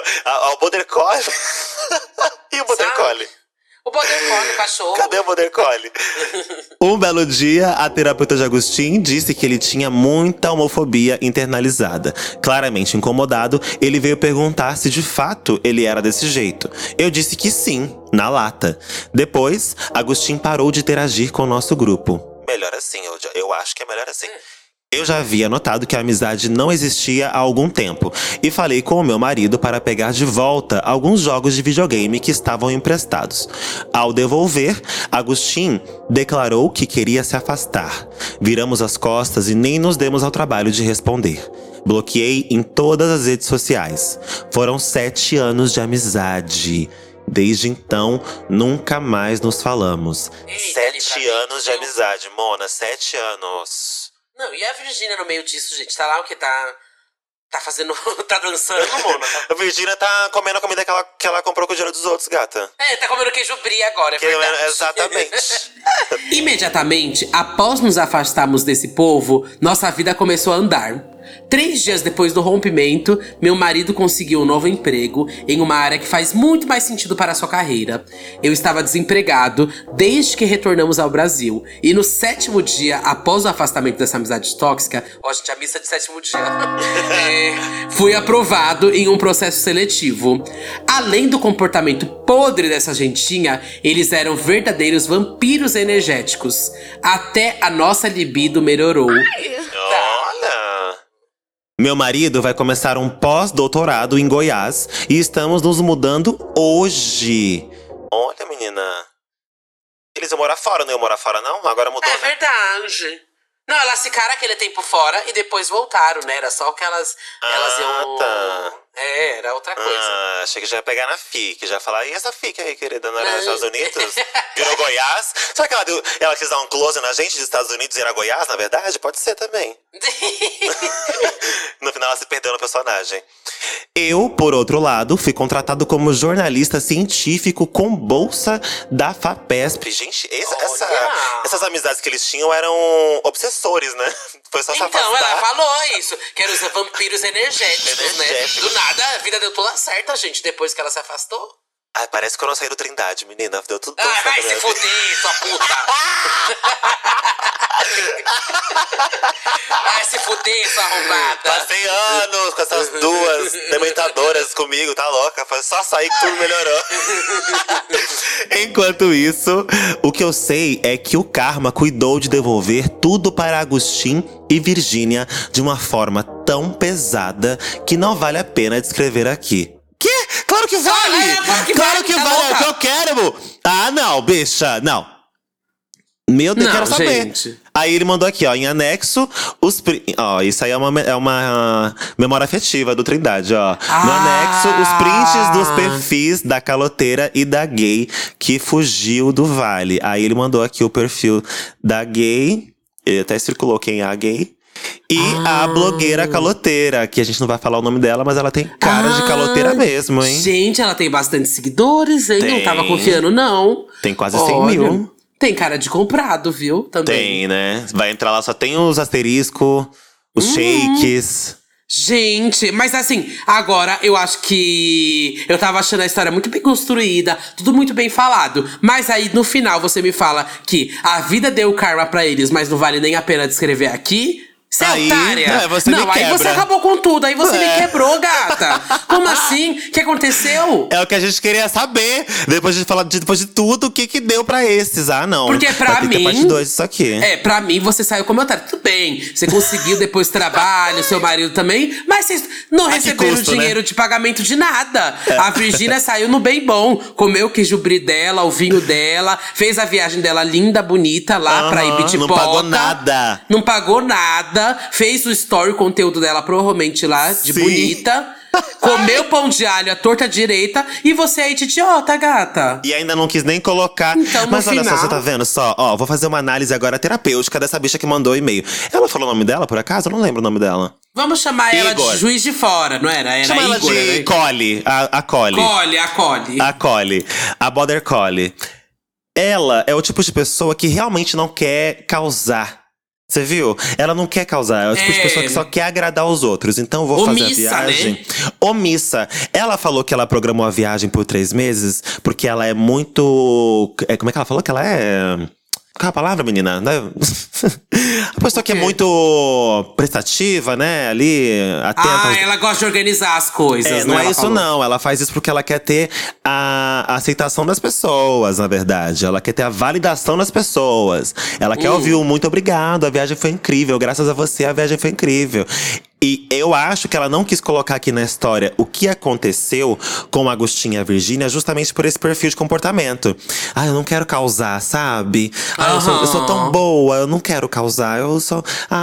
Ao Border Collie. E o Border Collie? O Border Collie, o cachorro. Cadê o Border Collie? Um belo dia, a terapeuta de Agostinho disse que ele tinha muita homofobia internalizada. Claramente incomodado, ele veio perguntar se de fato ele era desse jeito. Eu disse que sim, na lata. Depois, Agostinho parou de interagir com o nosso grupo. Melhor assim, eu acho que é melhor assim. Eu já havia notado que a amizade não existia há algum tempo e falei com o meu marido para pegar de volta alguns jogos de videogame que estavam emprestados. Ao devolver, Agostinho declarou que queria se afastar. Viramos as costas e nem nos demos ao trabalho de responder. Bloqueei em todas as redes sociais. Foram 7 anos de amizade. Desde então, nunca mais nos falamos. Eita, 7 anos de amizade, Mona, 7 anos. Não, e a Virgínia no meio disso, gente? Tá lá o que? Tá fazendo… tá dançando, Mona. A Virgínia tá comendo a comida que ela comprou com o dinheiro dos outros, gata. Tá comendo queijo brie agora, é verdade. Exatamente. Imediatamente, após nos afastarmos desse povo, nossa vida começou a andar. 3 dias depois do rompimento, meu marido conseguiu um novo emprego em uma área que faz muito mais sentido para a sua carreira. Eu estava desempregado desde que retornamos ao Brasil. E no 7º dia, após o afastamento dessa amizade tóxica… Ó, gente, a missa de 7º dia. Fui aprovado em um processo seletivo. Além do comportamento podre dessa gentinha, eles eram verdadeiros vampiros energéticos. Até a nossa libido melhorou. Olha… Meu marido vai começar um pós-doutorado em Goiás e estamos nos mudando hoje. Olha, menina. Eles iam morar fora, não iam morar fora, não? Agora mudou, É né? verdade. Não, elas ficaram aquele tempo fora e depois voltaram, né? Era só que elas iam… tá. Era outra coisa. Achei que já ia pegar na FIC, já ia falar, e essa FIC aí, querida, não era nos Estados Unidos? Virou Goiás? Será que ela quis dar um close na gente dos Estados Unidos e era Goiás, na verdade? Pode ser também. No final ela se perdeu no personagem. Eu, por outro lado, fui contratado como jornalista científico com bolsa da FAPESP. Gente, essas amizades que eles tinham eram obsessores, né? Foi só se afastar. Então, ela falou isso, que eram os vampiros energéticos, né? Do nada, a vida deu toda certa, gente, depois que ela se afastou. Ai, parece que eu não saí do Trindade, menina. Deu tudo Ah, vai certo, se né? fuder, sua puta! Vai se fuder, sua arrombada! Passei anos com essas duas dementadoras comigo, tá louca? Foi só sair que tudo melhorou. Enquanto isso, o que eu sei é que o karma cuidou de devolver tudo para Agostinho e Virgínia de uma forma tão pesada que não vale a pena descrever aqui. Quê? Claro Claro que vale! Claro que vale, é o que eu quero! Ah, não, bicha, não. Meu Deus, Não, quero saber. gente. Aí ele mandou aqui, ó, em anexo, ó, isso aí é uma memória afetiva do Trindade, ó. No anexo, os prints dos perfis da caloteira e da gay que fugiu do vale. Aí ele mandou aqui o perfil da gay, ele até circulou quem é a gay. E a blogueira caloteira, que a gente não vai falar o nome dela, mas ela tem cara de caloteira mesmo, hein? Gente, ela tem bastante seguidores, hein? Não tava confiando, não. Tem quase 100 mil. Tem cara de comprado, viu? Também. Tem, né? Vai entrar lá, só tem os asteriscos, os shakes. Gente, mas assim, agora eu acho que… Eu tava achando a história muito bem construída, tudo muito bem falado. Mas aí, no final, você me fala que a vida deu karma pra eles, mas não vale nem a pena descrever aqui… Você é otária? Você me aí quebra. você acabou com tudo, aí você me quebrou, gata. Como assim? O que aconteceu? É o que a gente queria saber. Depois de tudo, o que deu pra esses? Ah, não. Porque pra vai ter que ter mim… parte 2 disso aqui. Pra mim, você saiu como otário. Tudo bem, você conseguiu depois trabalho, seu marido também. Mas vocês não receberam dinheiro de pagamento de nada. A Virgínia saiu no bem bom. Comeu o queijo brie dela, o vinho dela. Fez a viagem dela linda, bonita, lá pra Ibitipoca. Não pagou nada. Não pagou nada. Fez o story, o conteúdo dela provavelmente lá, de bonita. Comeu pão de alho, a torta direita. E você aí de idiota, gata. E ainda não quis nem colocar. Então, mas olha final… só, você tá vendo só? Ó, vou fazer uma análise agora terapêutica dessa bicha que mandou o e-mail. Ela falou o nome dela, por acaso? Eu não lembro o nome dela. Vamos chamar ela de Juiz de Fora, não era? Era Chama ela Igor, de né? Collie. A Collie. A Collie. A Border Collie. Ela é o tipo de pessoa que realmente não quer causar. Você viu? Ela não quer causar. É o tipo de pessoa que só quer agradar os outros. Então eu vou fazer a viagem. Né? Omissa. Ela falou que ela programou a viagem por 3 meses porque ela é muito… como é que ela falou que ela é… Qual é a palavra, menina? A pessoa que é muito prestativa, né? Ali, atenta. Ela gosta de organizar as coisas, não né? é isso, falou. não. Ela faz isso porque ela quer ter a aceitação das pessoas, na verdade. Ela quer ter a validação das pessoas. Ela quer ouvir o muito obrigado, a viagem foi incrível. Graças a você, a viagem foi incrível. E eu acho que ela não quis colocar aqui na história o que aconteceu com a Agostinho e a Virgínia justamente por esse perfil de comportamento. Eu não quero causar, sabe? Eu sou tão boa, eu não quero causar. Eu sou…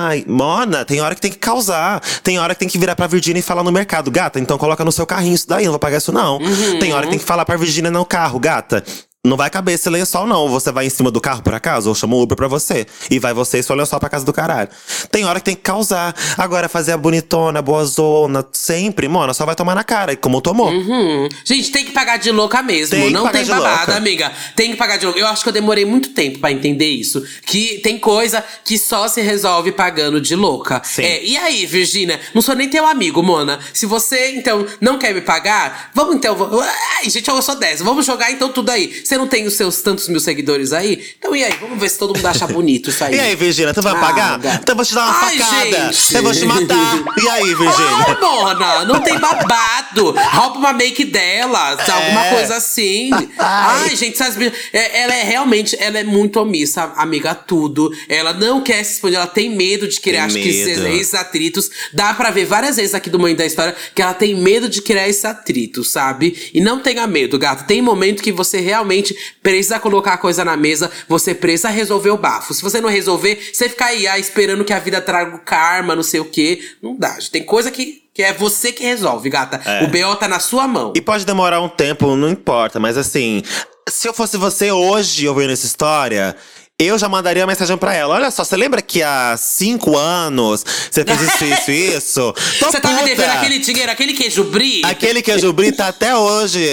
Mona, tem hora que tem que causar. Tem hora que tem que virar pra Virgínia e falar no mercado. Gata, então coloca no seu carrinho isso daí, não vou pagar isso não. Tem hora que tem que falar pra Virgínia no carro. Gata, não vai caber esse lençol, não. Você vai em cima do carro, por acaso? Ou chama o Uber pra você. E vai você e seu lençol pra casa do caralho. Tem hora que tem que causar. Agora, fazer a bonitona, boazona, sempre, mona, só vai tomar na cara. E como tomou. Gente, tem que pagar de louca mesmo. Tem não tem babada, louca. amiga. Tem que pagar de louca. Eu acho que eu demorei muito tempo pra entender isso. Que tem coisa que só se resolve pagando de louca. Sim. E aí, Virgínia? Não sou nem teu amigo, mona. Se você, então, não quer me pagar, vamos então… Ai, gente, eu sou dessa. Vamos jogar então tudo aí. Você não tem os seus tantos mil seguidores aí? Então e aí? Vamos ver se todo mundo acha bonito isso aí. E aí, Virgínia, tu vai pagar? Gata. Então eu vou te dar uma facada. Gente. Eu vou te matar. E aí, Virgínia? Ai, mona, não tem babado. Rouba uma make dela, alguma coisa assim. Ai, gente, sabe, ela é realmente, ela é muito omissa, amiga, a tudo. Ela não quer se expor, ela tem medo de criar, acho que esses atritos. Dá pra ver várias vezes aqui do Mãe da História que ela tem medo de criar esse atrito, sabe? E não tenha medo, gata. Tem momento que você realmente precisa colocar a coisa na mesa, você precisa resolver o bafo. Se você não resolver, você fica aí esperando que a vida traga o karma, não sei o quê. Não dá, gente. Tem coisa que é você que resolve, gata. O BO tá na sua mão. E pode demorar um tempo, não importa. Mas assim, se eu fosse você hoje ouvindo essa história… Eu já mandaria uma mensagem pra ela. Olha só, você lembra que há 5 anos você fez isso? Você tá me devendo aquele dinheiro, aquele queijo brie? Aquele queijo brie tá até hoje.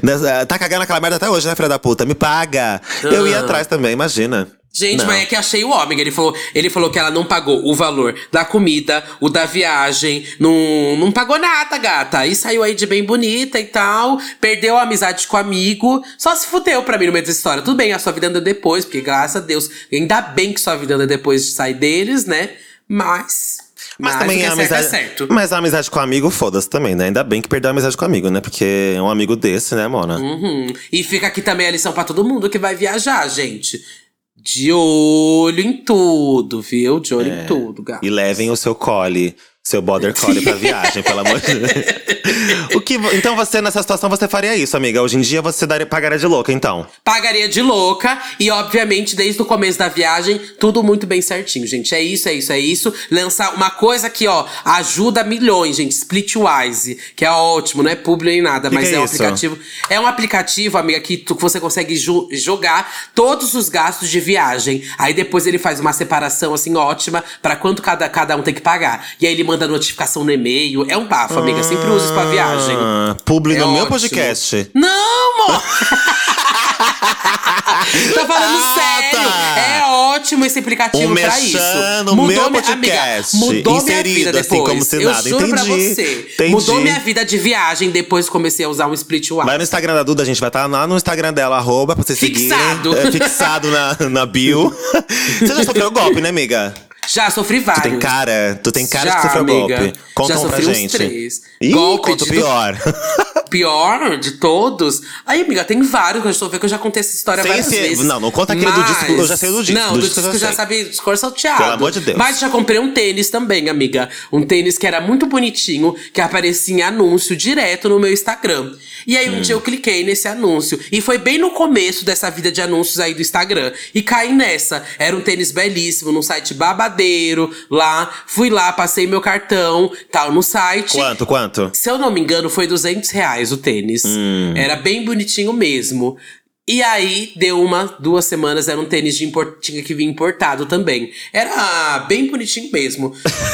Tá cagando aquela merda até hoje, né, filha da puta? Me paga. Eu ia atrás também, imagina. Gente, não. Mas é que achei o homem. Ele falou que ela não pagou o valor da comida, o da viagem. Não pagou nada, gata. E saiu aí de bem bonita e tal. Perdeu a amizade com o amigo. Só se fudeu pra mim no meio dessa história. Tudo bem, a sua vida anda depois, porque graças a Deus. Ainda bem que sua vida anda depois de sair deles, né? Mas também a amizade. Certo. Mas a amizade com o amigo, foda-se também, né? Ainda bem que perdeu a amizade com o amigo, né? Porque é um amigo desse, né, Mona? E fica aqui também a lição pra todo mundo que vai viajar, gente. De olho em tudo, viu? De olho em tudo, gato. E levem o seu Collie, seu border collie pra viagem, pelo amor de Deus. Então você, nessa situação, você faria isso, amiga? Hoje em dia você pagaria de louca, então? Pagaria de louca. E, obviamente, desde o começo da viagem, tudo muito bem certinho, gente. É isso, é isso, é isso. Lançar uma coisa que, ó, ajuda milhões, gente. Splitwise, que é ótimo, não é publi nem nada, mas é um aplicativo. É um aplicativo, amiga, que você consegue jogar todos os gastos de viagem. Aí depois ele faz uma separação, assim, ótima, pra quanto cada um tem que pagar. E aí ele manda notificação no e-mail. É um bafo, amiga. Sempre uso isso pra viagem. Publi no meu ótimo. Podcast. Não, amor! Tô falando sério. Tá. É ótimo esse aplicativo pra isso. No meu podcast. Amiga, mudou minha vida depois. Assim, como se nada. Eu juro pra você. Entendi. Mudou minha vida de viagem depois que comecei a usar um Splitwise. Vai no Instagram da Duda, a gente vai estar lá no Instagram dela, @, pra você seguir. Fixado na bio. Você já sofreu golpe, né, amiga? Já sofri vários. Tu tem cara já, de sofrer golpe. Conta já um pra sofri gente. Uns 3. Ih, golpe conta o pior. Pior de todos? Aí, amiga, tem vários que eu estou vendo que eu já contei essa história várias vezes. Não conta aquele do disco, eu já sei do disco. Não, do disco eu já sabia, discurso salteado. Pelo amor de Deus. Mas já comprei um tênis também, amiga. Um tênis que era muito bonitinho, que aparecia em anúncio direto no meu Instagram. E aí um dia eu cliquei nesse anúncio. E foi bem no começo dessa vida de anúncios aí do Instagram. E caí nessa. Era um tênis belíssimo, num site babadeiro. Lá, fui lá, passei meu cartão, tal, no site. Quanto? Se eu não me engano, foi R$200 o tênis. Era bem bonitinho mesmo. E aí, deu 2 semanas, era um tênis tinha que vir importado também. Era bem bonitinho mesmo.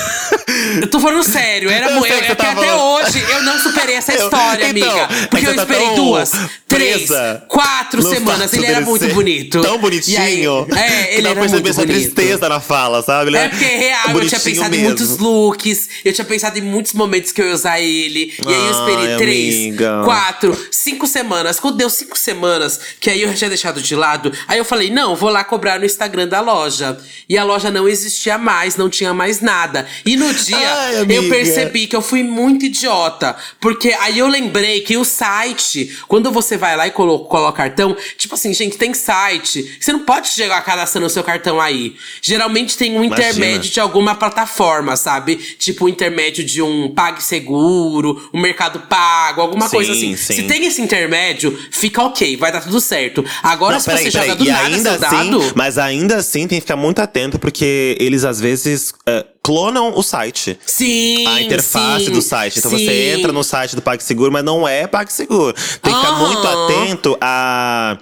Eu tô falando sério, até hoje eu não superei essa história, amiga. Porque eu esperei 2, 3, 4 semanas. Ele era muito bonito. Tão bonitinho. Aí, ele era muito bonito. Essa tristeza na fala, sabe? É porque real, eu tinha pensado em muitos looks. Eu tinha pensado em muitos momentos que eu ia usar ele. E aí eu esperei 3, 4, 5 semanas. Quando deu 5 semanas, que aí eu já tinha deixado de lado. Aí eu falei, não, vou lá cobrar no Instagram da loja. E a loja não existia mais, não tinha mais nada. E no dia, eu percebi que eu fui muito idiota. Porque aí eu lembrei que o site, quando você vai lá e coloca cartão, tipo assim, gente, tem site. Você não pode chegar cadastrando o seu cartão aí. Geralmente tem um intermédio de alguma plataforma, sabe? Tipo, um intermédio de um PagSeguro, um Mercado Pago, alguma coisa assim. Sim. Se tem esse intermédio, fica ok, vai dar tudo certo. Agora, se você joga do nada seu dado… Mas ainda assim, tem que ficar muito atento, porque eles, às vezes… clonam o site. Sim, a interface do site. Então você entra no site do PagSeguro, mas não é PagSeguro. Tem que ficar muito atento a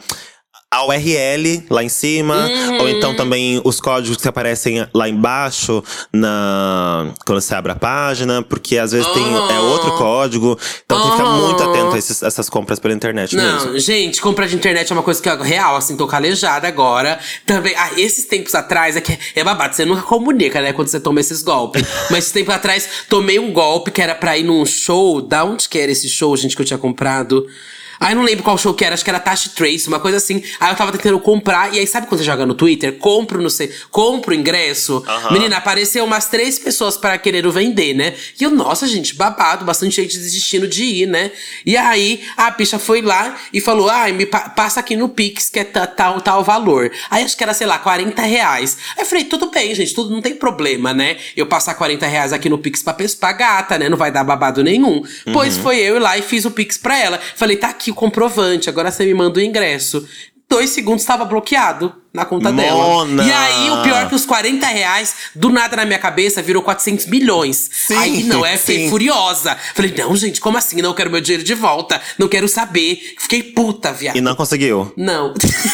URL lá em cima, ou então também os códigos que aparecem lá embaixo quando você abre a página, porque às vezes tem outro código. Então tem que ficar muito atento a essas compras pela internet mesmo. Não, gente, compra de internet é uma coisa que é real, assim, tô calejada agora. Também, esses tempos atrás, é babado, você nunca comunica, né, quando você toma esses golpes. Mas esses tempos atrás, tomei um golpe que era pra ir num show. Da onde que era esse show, gente, que eu tinha comprado? Aí não lembro qual show que era, acho que era Tashi Trace, uma coisa assim. Aí eu tava tentando comprar, e aí sabe quando você joga no Twitter? Compro o ingresso. Menina, apareceu umas 3 pessoas para querer vender, né? E eu, nossa, gente, babado, bastante gente desistindo de ir, né? E aí a bicha foi lá e falou, me passa aqui no Pix, que é tal valor. Aí acho que era, sei lá, R$40. Aí eu falei, tudo bem, gente, tudo não tem problema, né? Eu passar R$40 aqui no Pix pra gata, né? Não vai dar babado nenhum. Pois foi eu ir lá e fiz o Pix pra ela. Falei, tá aqui o comprovante, agora você me manda o ingresso. 2 segundos estava bloqueado na conta dela. E aí, o pior é que os R$40, do nada na minha cabeça, virou 400 milhões. Sim, aí, fiquei furiosa. Falei, não, gente, como assim? Não quero meu dinheiro de volta. Não quero saber. Fiquei puta, viado. E não conseguiu? Não.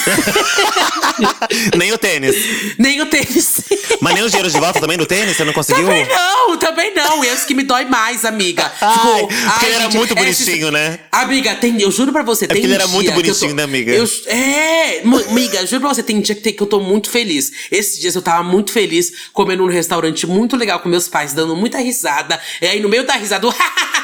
Nem o tênis? Nem o tênis. Mas nem o dinheiro de volta também do tênis? Você não conseguiu? Também não. Esse que me dói mais, amiga. Porque ele era muito bonitinho, né? Amiga, eu juro pra você, tem porque ele era muito bonitinho, né, amiga? Amiga, juro pra você, tem dia que eu tô muito feliz. Esses dias eu tava muito feliz, comendo num restaurante muito legal com meus pais, dando muita risada. E aí, no meio da risada,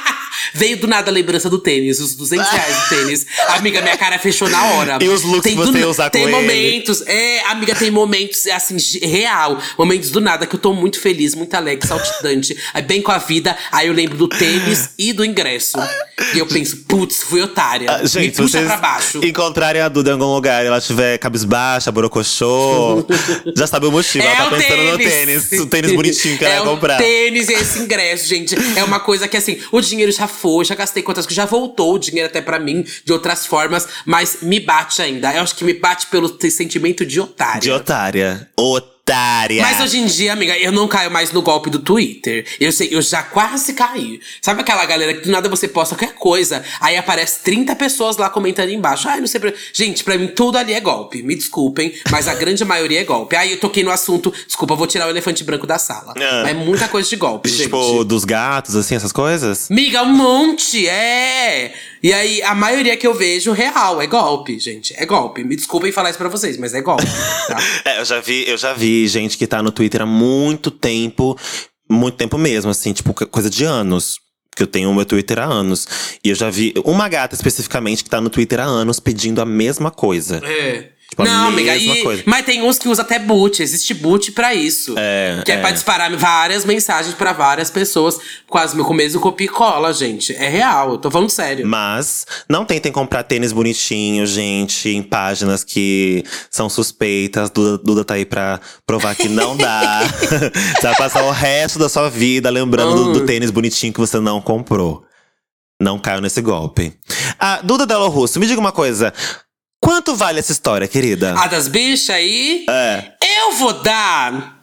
Veio do nada a lembrança do tênis, os R$ 200 do tênis. Amiga, minha cara fechou na hora. E os looks que você usa com ele. Tem momentos, amiga, tem momentos, assim, real. Momentos do nada que eu tô muito feliz, muito alegre, saltitante. Aí bem com a vida, aí eu lembro do tênis e do ingresso. E eu penso, putz, fui otária. Gente, me puxa vocês pra baixo. encontrarem a Duda em algum lugar e ela estiver cabisbaixa, borocochô, já sabe o motivo. Ela tá pensando no tênis. O tênis bonitinho que ela vai comprar. O tênis e esse ingresso, gente. É uma coisa que, assim, o dinheiro já foi, já gastei quantas coisas, já voltou o dinheiro até pra mim, de outras formas, mas me bate ainda. Eu acho que me bate pelo sentimento de otária. De otária. Otária. Mas hoje em dia, amiga, eu não caio mais no golpe do Twitter. Eu já quase caí. Sabe aquela galera que do nada você posta qualquer coisa, aí aparece 30 pessoas lá comentando embaixo. Ai, não sei pra... Gente, pra mim tudo ali é golpe. Me desculpem, mas a grande maioria é golpe. Aí eu toquei no assunto, desculpa, vou tirar o elefante branco da sala. É muita coisa de golpe, gente. Tipo, dos gatos, assim, essas coisas? Miga, um monte, E aí, a maioria que eu vejo, real, é golpe, gente. É golpe. Me desculpem falar isso pra vocês, mas é golpe, tá? Eu já vi gente que tá no Twitter há muito tempo mesmo, assim, tipo, coisa de anos. Porque eu tenho o meu Twitter há anos. E eu já vi uma gata especificamente que tá no Twitter há anos pedindo a mesma coisa. Tipo, não, amiga, coisa. Mas tem uns que usam até boot. Existe boot pra isso. Que é pra disparar várias mensagens pra várias pessoas. Quase com o mesmo copia e cola, gente. É real, eu tô falando sério. Mas não tentem comprar tênis bonitinho, gente, em páginas que são suspeitas. Duda tá aí pra provar que não dá. Você vai passar o resto da sua vida lembrando do tênis bonitinho que você não comprou. Não caiu nesse golpe. Duda Delo Russo, me diga uma coisa. Quanto vale essa história, querida? A das bichas aí? Eu vou dar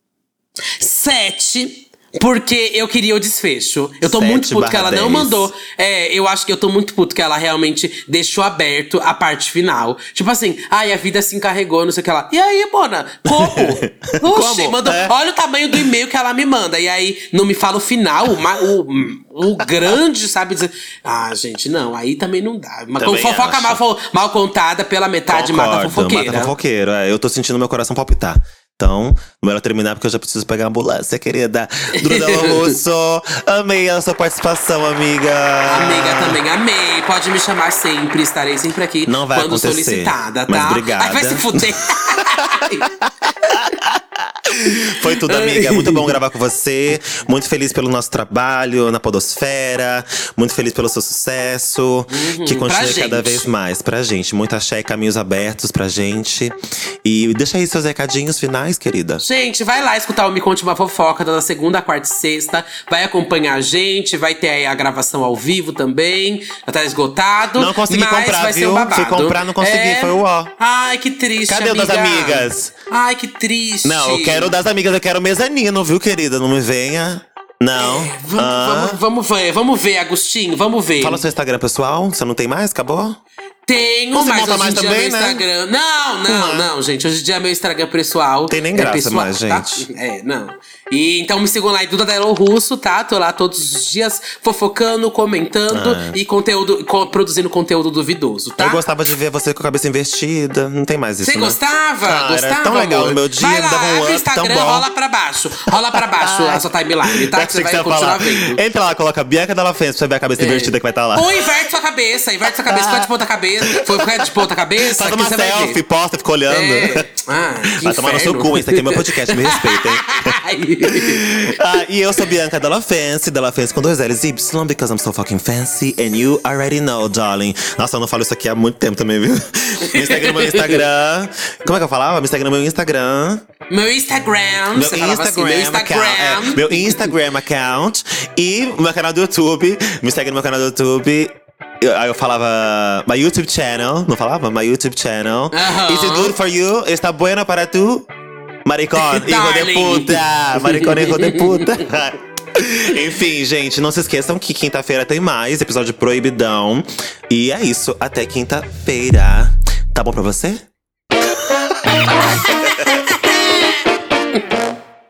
7. Porque eu queria o desfecho. Eu tô muito puto que ela não mandou. Eu acho que eu tô muito puto que ela realmente deixou aberto a parte final. Tipo assim, a vida se encarregou, não sei o que lá. E aí, Bona? Como? Oxi, mandou. Olha o tamanho do e-mail que ela me manda. E aí, não me fala o final, o grande, sabe? Dizer, gente, não. Aí também não dá. Mas fofoca mal contada pela metade mata a fofoqueira. Mata fofoqueiro, eu tô sentindo meu coração palpitar. Então, melhor terminar porque eu já preciso pegar a ambulância, querida. Duda Delo Russo, amei a sua participação, amiga. Amiga, também amei. Pode me chamar sempre, estarei sempre aqui. Não vai quando acontecer, solicitada, tá? Mas obrigada. Ai, vai se fuder. Foi tudo, amiga. Muito bom gravar com você. Muito feliz pelo nosso trabalho na podosfera. Muito feliz pelo seu sucesso. Que continue cada vez mais pra gente. Muita axé e caminhos abertos pra gente. E deixa aí seus recadinhos finais, querida. Gente, vai lá escutar o Me Conte Uma Fofoca toda segunda, quarta e sexta. Vai acompanhar a gente. Vai ter aí a gravação ao vivo também. Já tá esgotado. Não consegui comprar, viu? Fui comprar, não consegui. Foi o ó. Ai, que triste, Cadê amiga? o das amigas? Ai, que triste. Não, eu quero das amigas, eu quero mezanino, viu, querida? Não me venha. Não. Vamos ver, Agostinho, vamos ver. Fala seu Instagram pessoal, você não tem mais? Acabou? Tenho, mas hoje em dia também, meu Instagram… Não, gente. Hoje em dia meu Instagram pessoal… Tem nem graça pessoal, mais, tá? gente. Não. E então me sigam lá em Duda Delo Russo, tá? Tô lá todos os dias fofocando, comentando e produzindo conteúdo duvidoso, tá? Eu gostava de ver você com a cabeça investida. Não tem mais isso, Você gostava? Gostava, era tão legal amor. no meu dia, vai lá, dava um abre o up tão Instagram, bom. rola pra baixo. Rola pra baixo a sua timeline, tá? Que você vai continuar vendo. Entra lá, coloca Bianca Della Fence pra você ver a cabeça invertida que vai estar lá. Ou inverte sua cabeça, fica de ponta cabeça. Fica de ponta cabeça. Faz uma selfie, posta, fica olhando. Vai tomar no seu cu, esse aqui é meu podcast, me respeita, hein? E eu sou Bianca Della Fence com 2 L's e Y, because I'm so fucking fancy and you already know, darling. Nossa, eu não falo isso aqui há muito tempo também, viu? Me segue no meu Instagram. Como é que eu falava? Me segue no meu Instagram. Meu Instagram account. E o meu canal do YouTube. Me segue no meu canal do YouTube. Aí eu falava my YouTube channel. Não falava? My YouTube channel. Is it good for you? Está bueno para tu? Maricón, hijo de puta! Maricón, hijo de puta! Enfim, gente, não se esqueçam que quinta-feira tem mais episódio proibidão. E é isso, até quinta-feira. Tá bom pra você?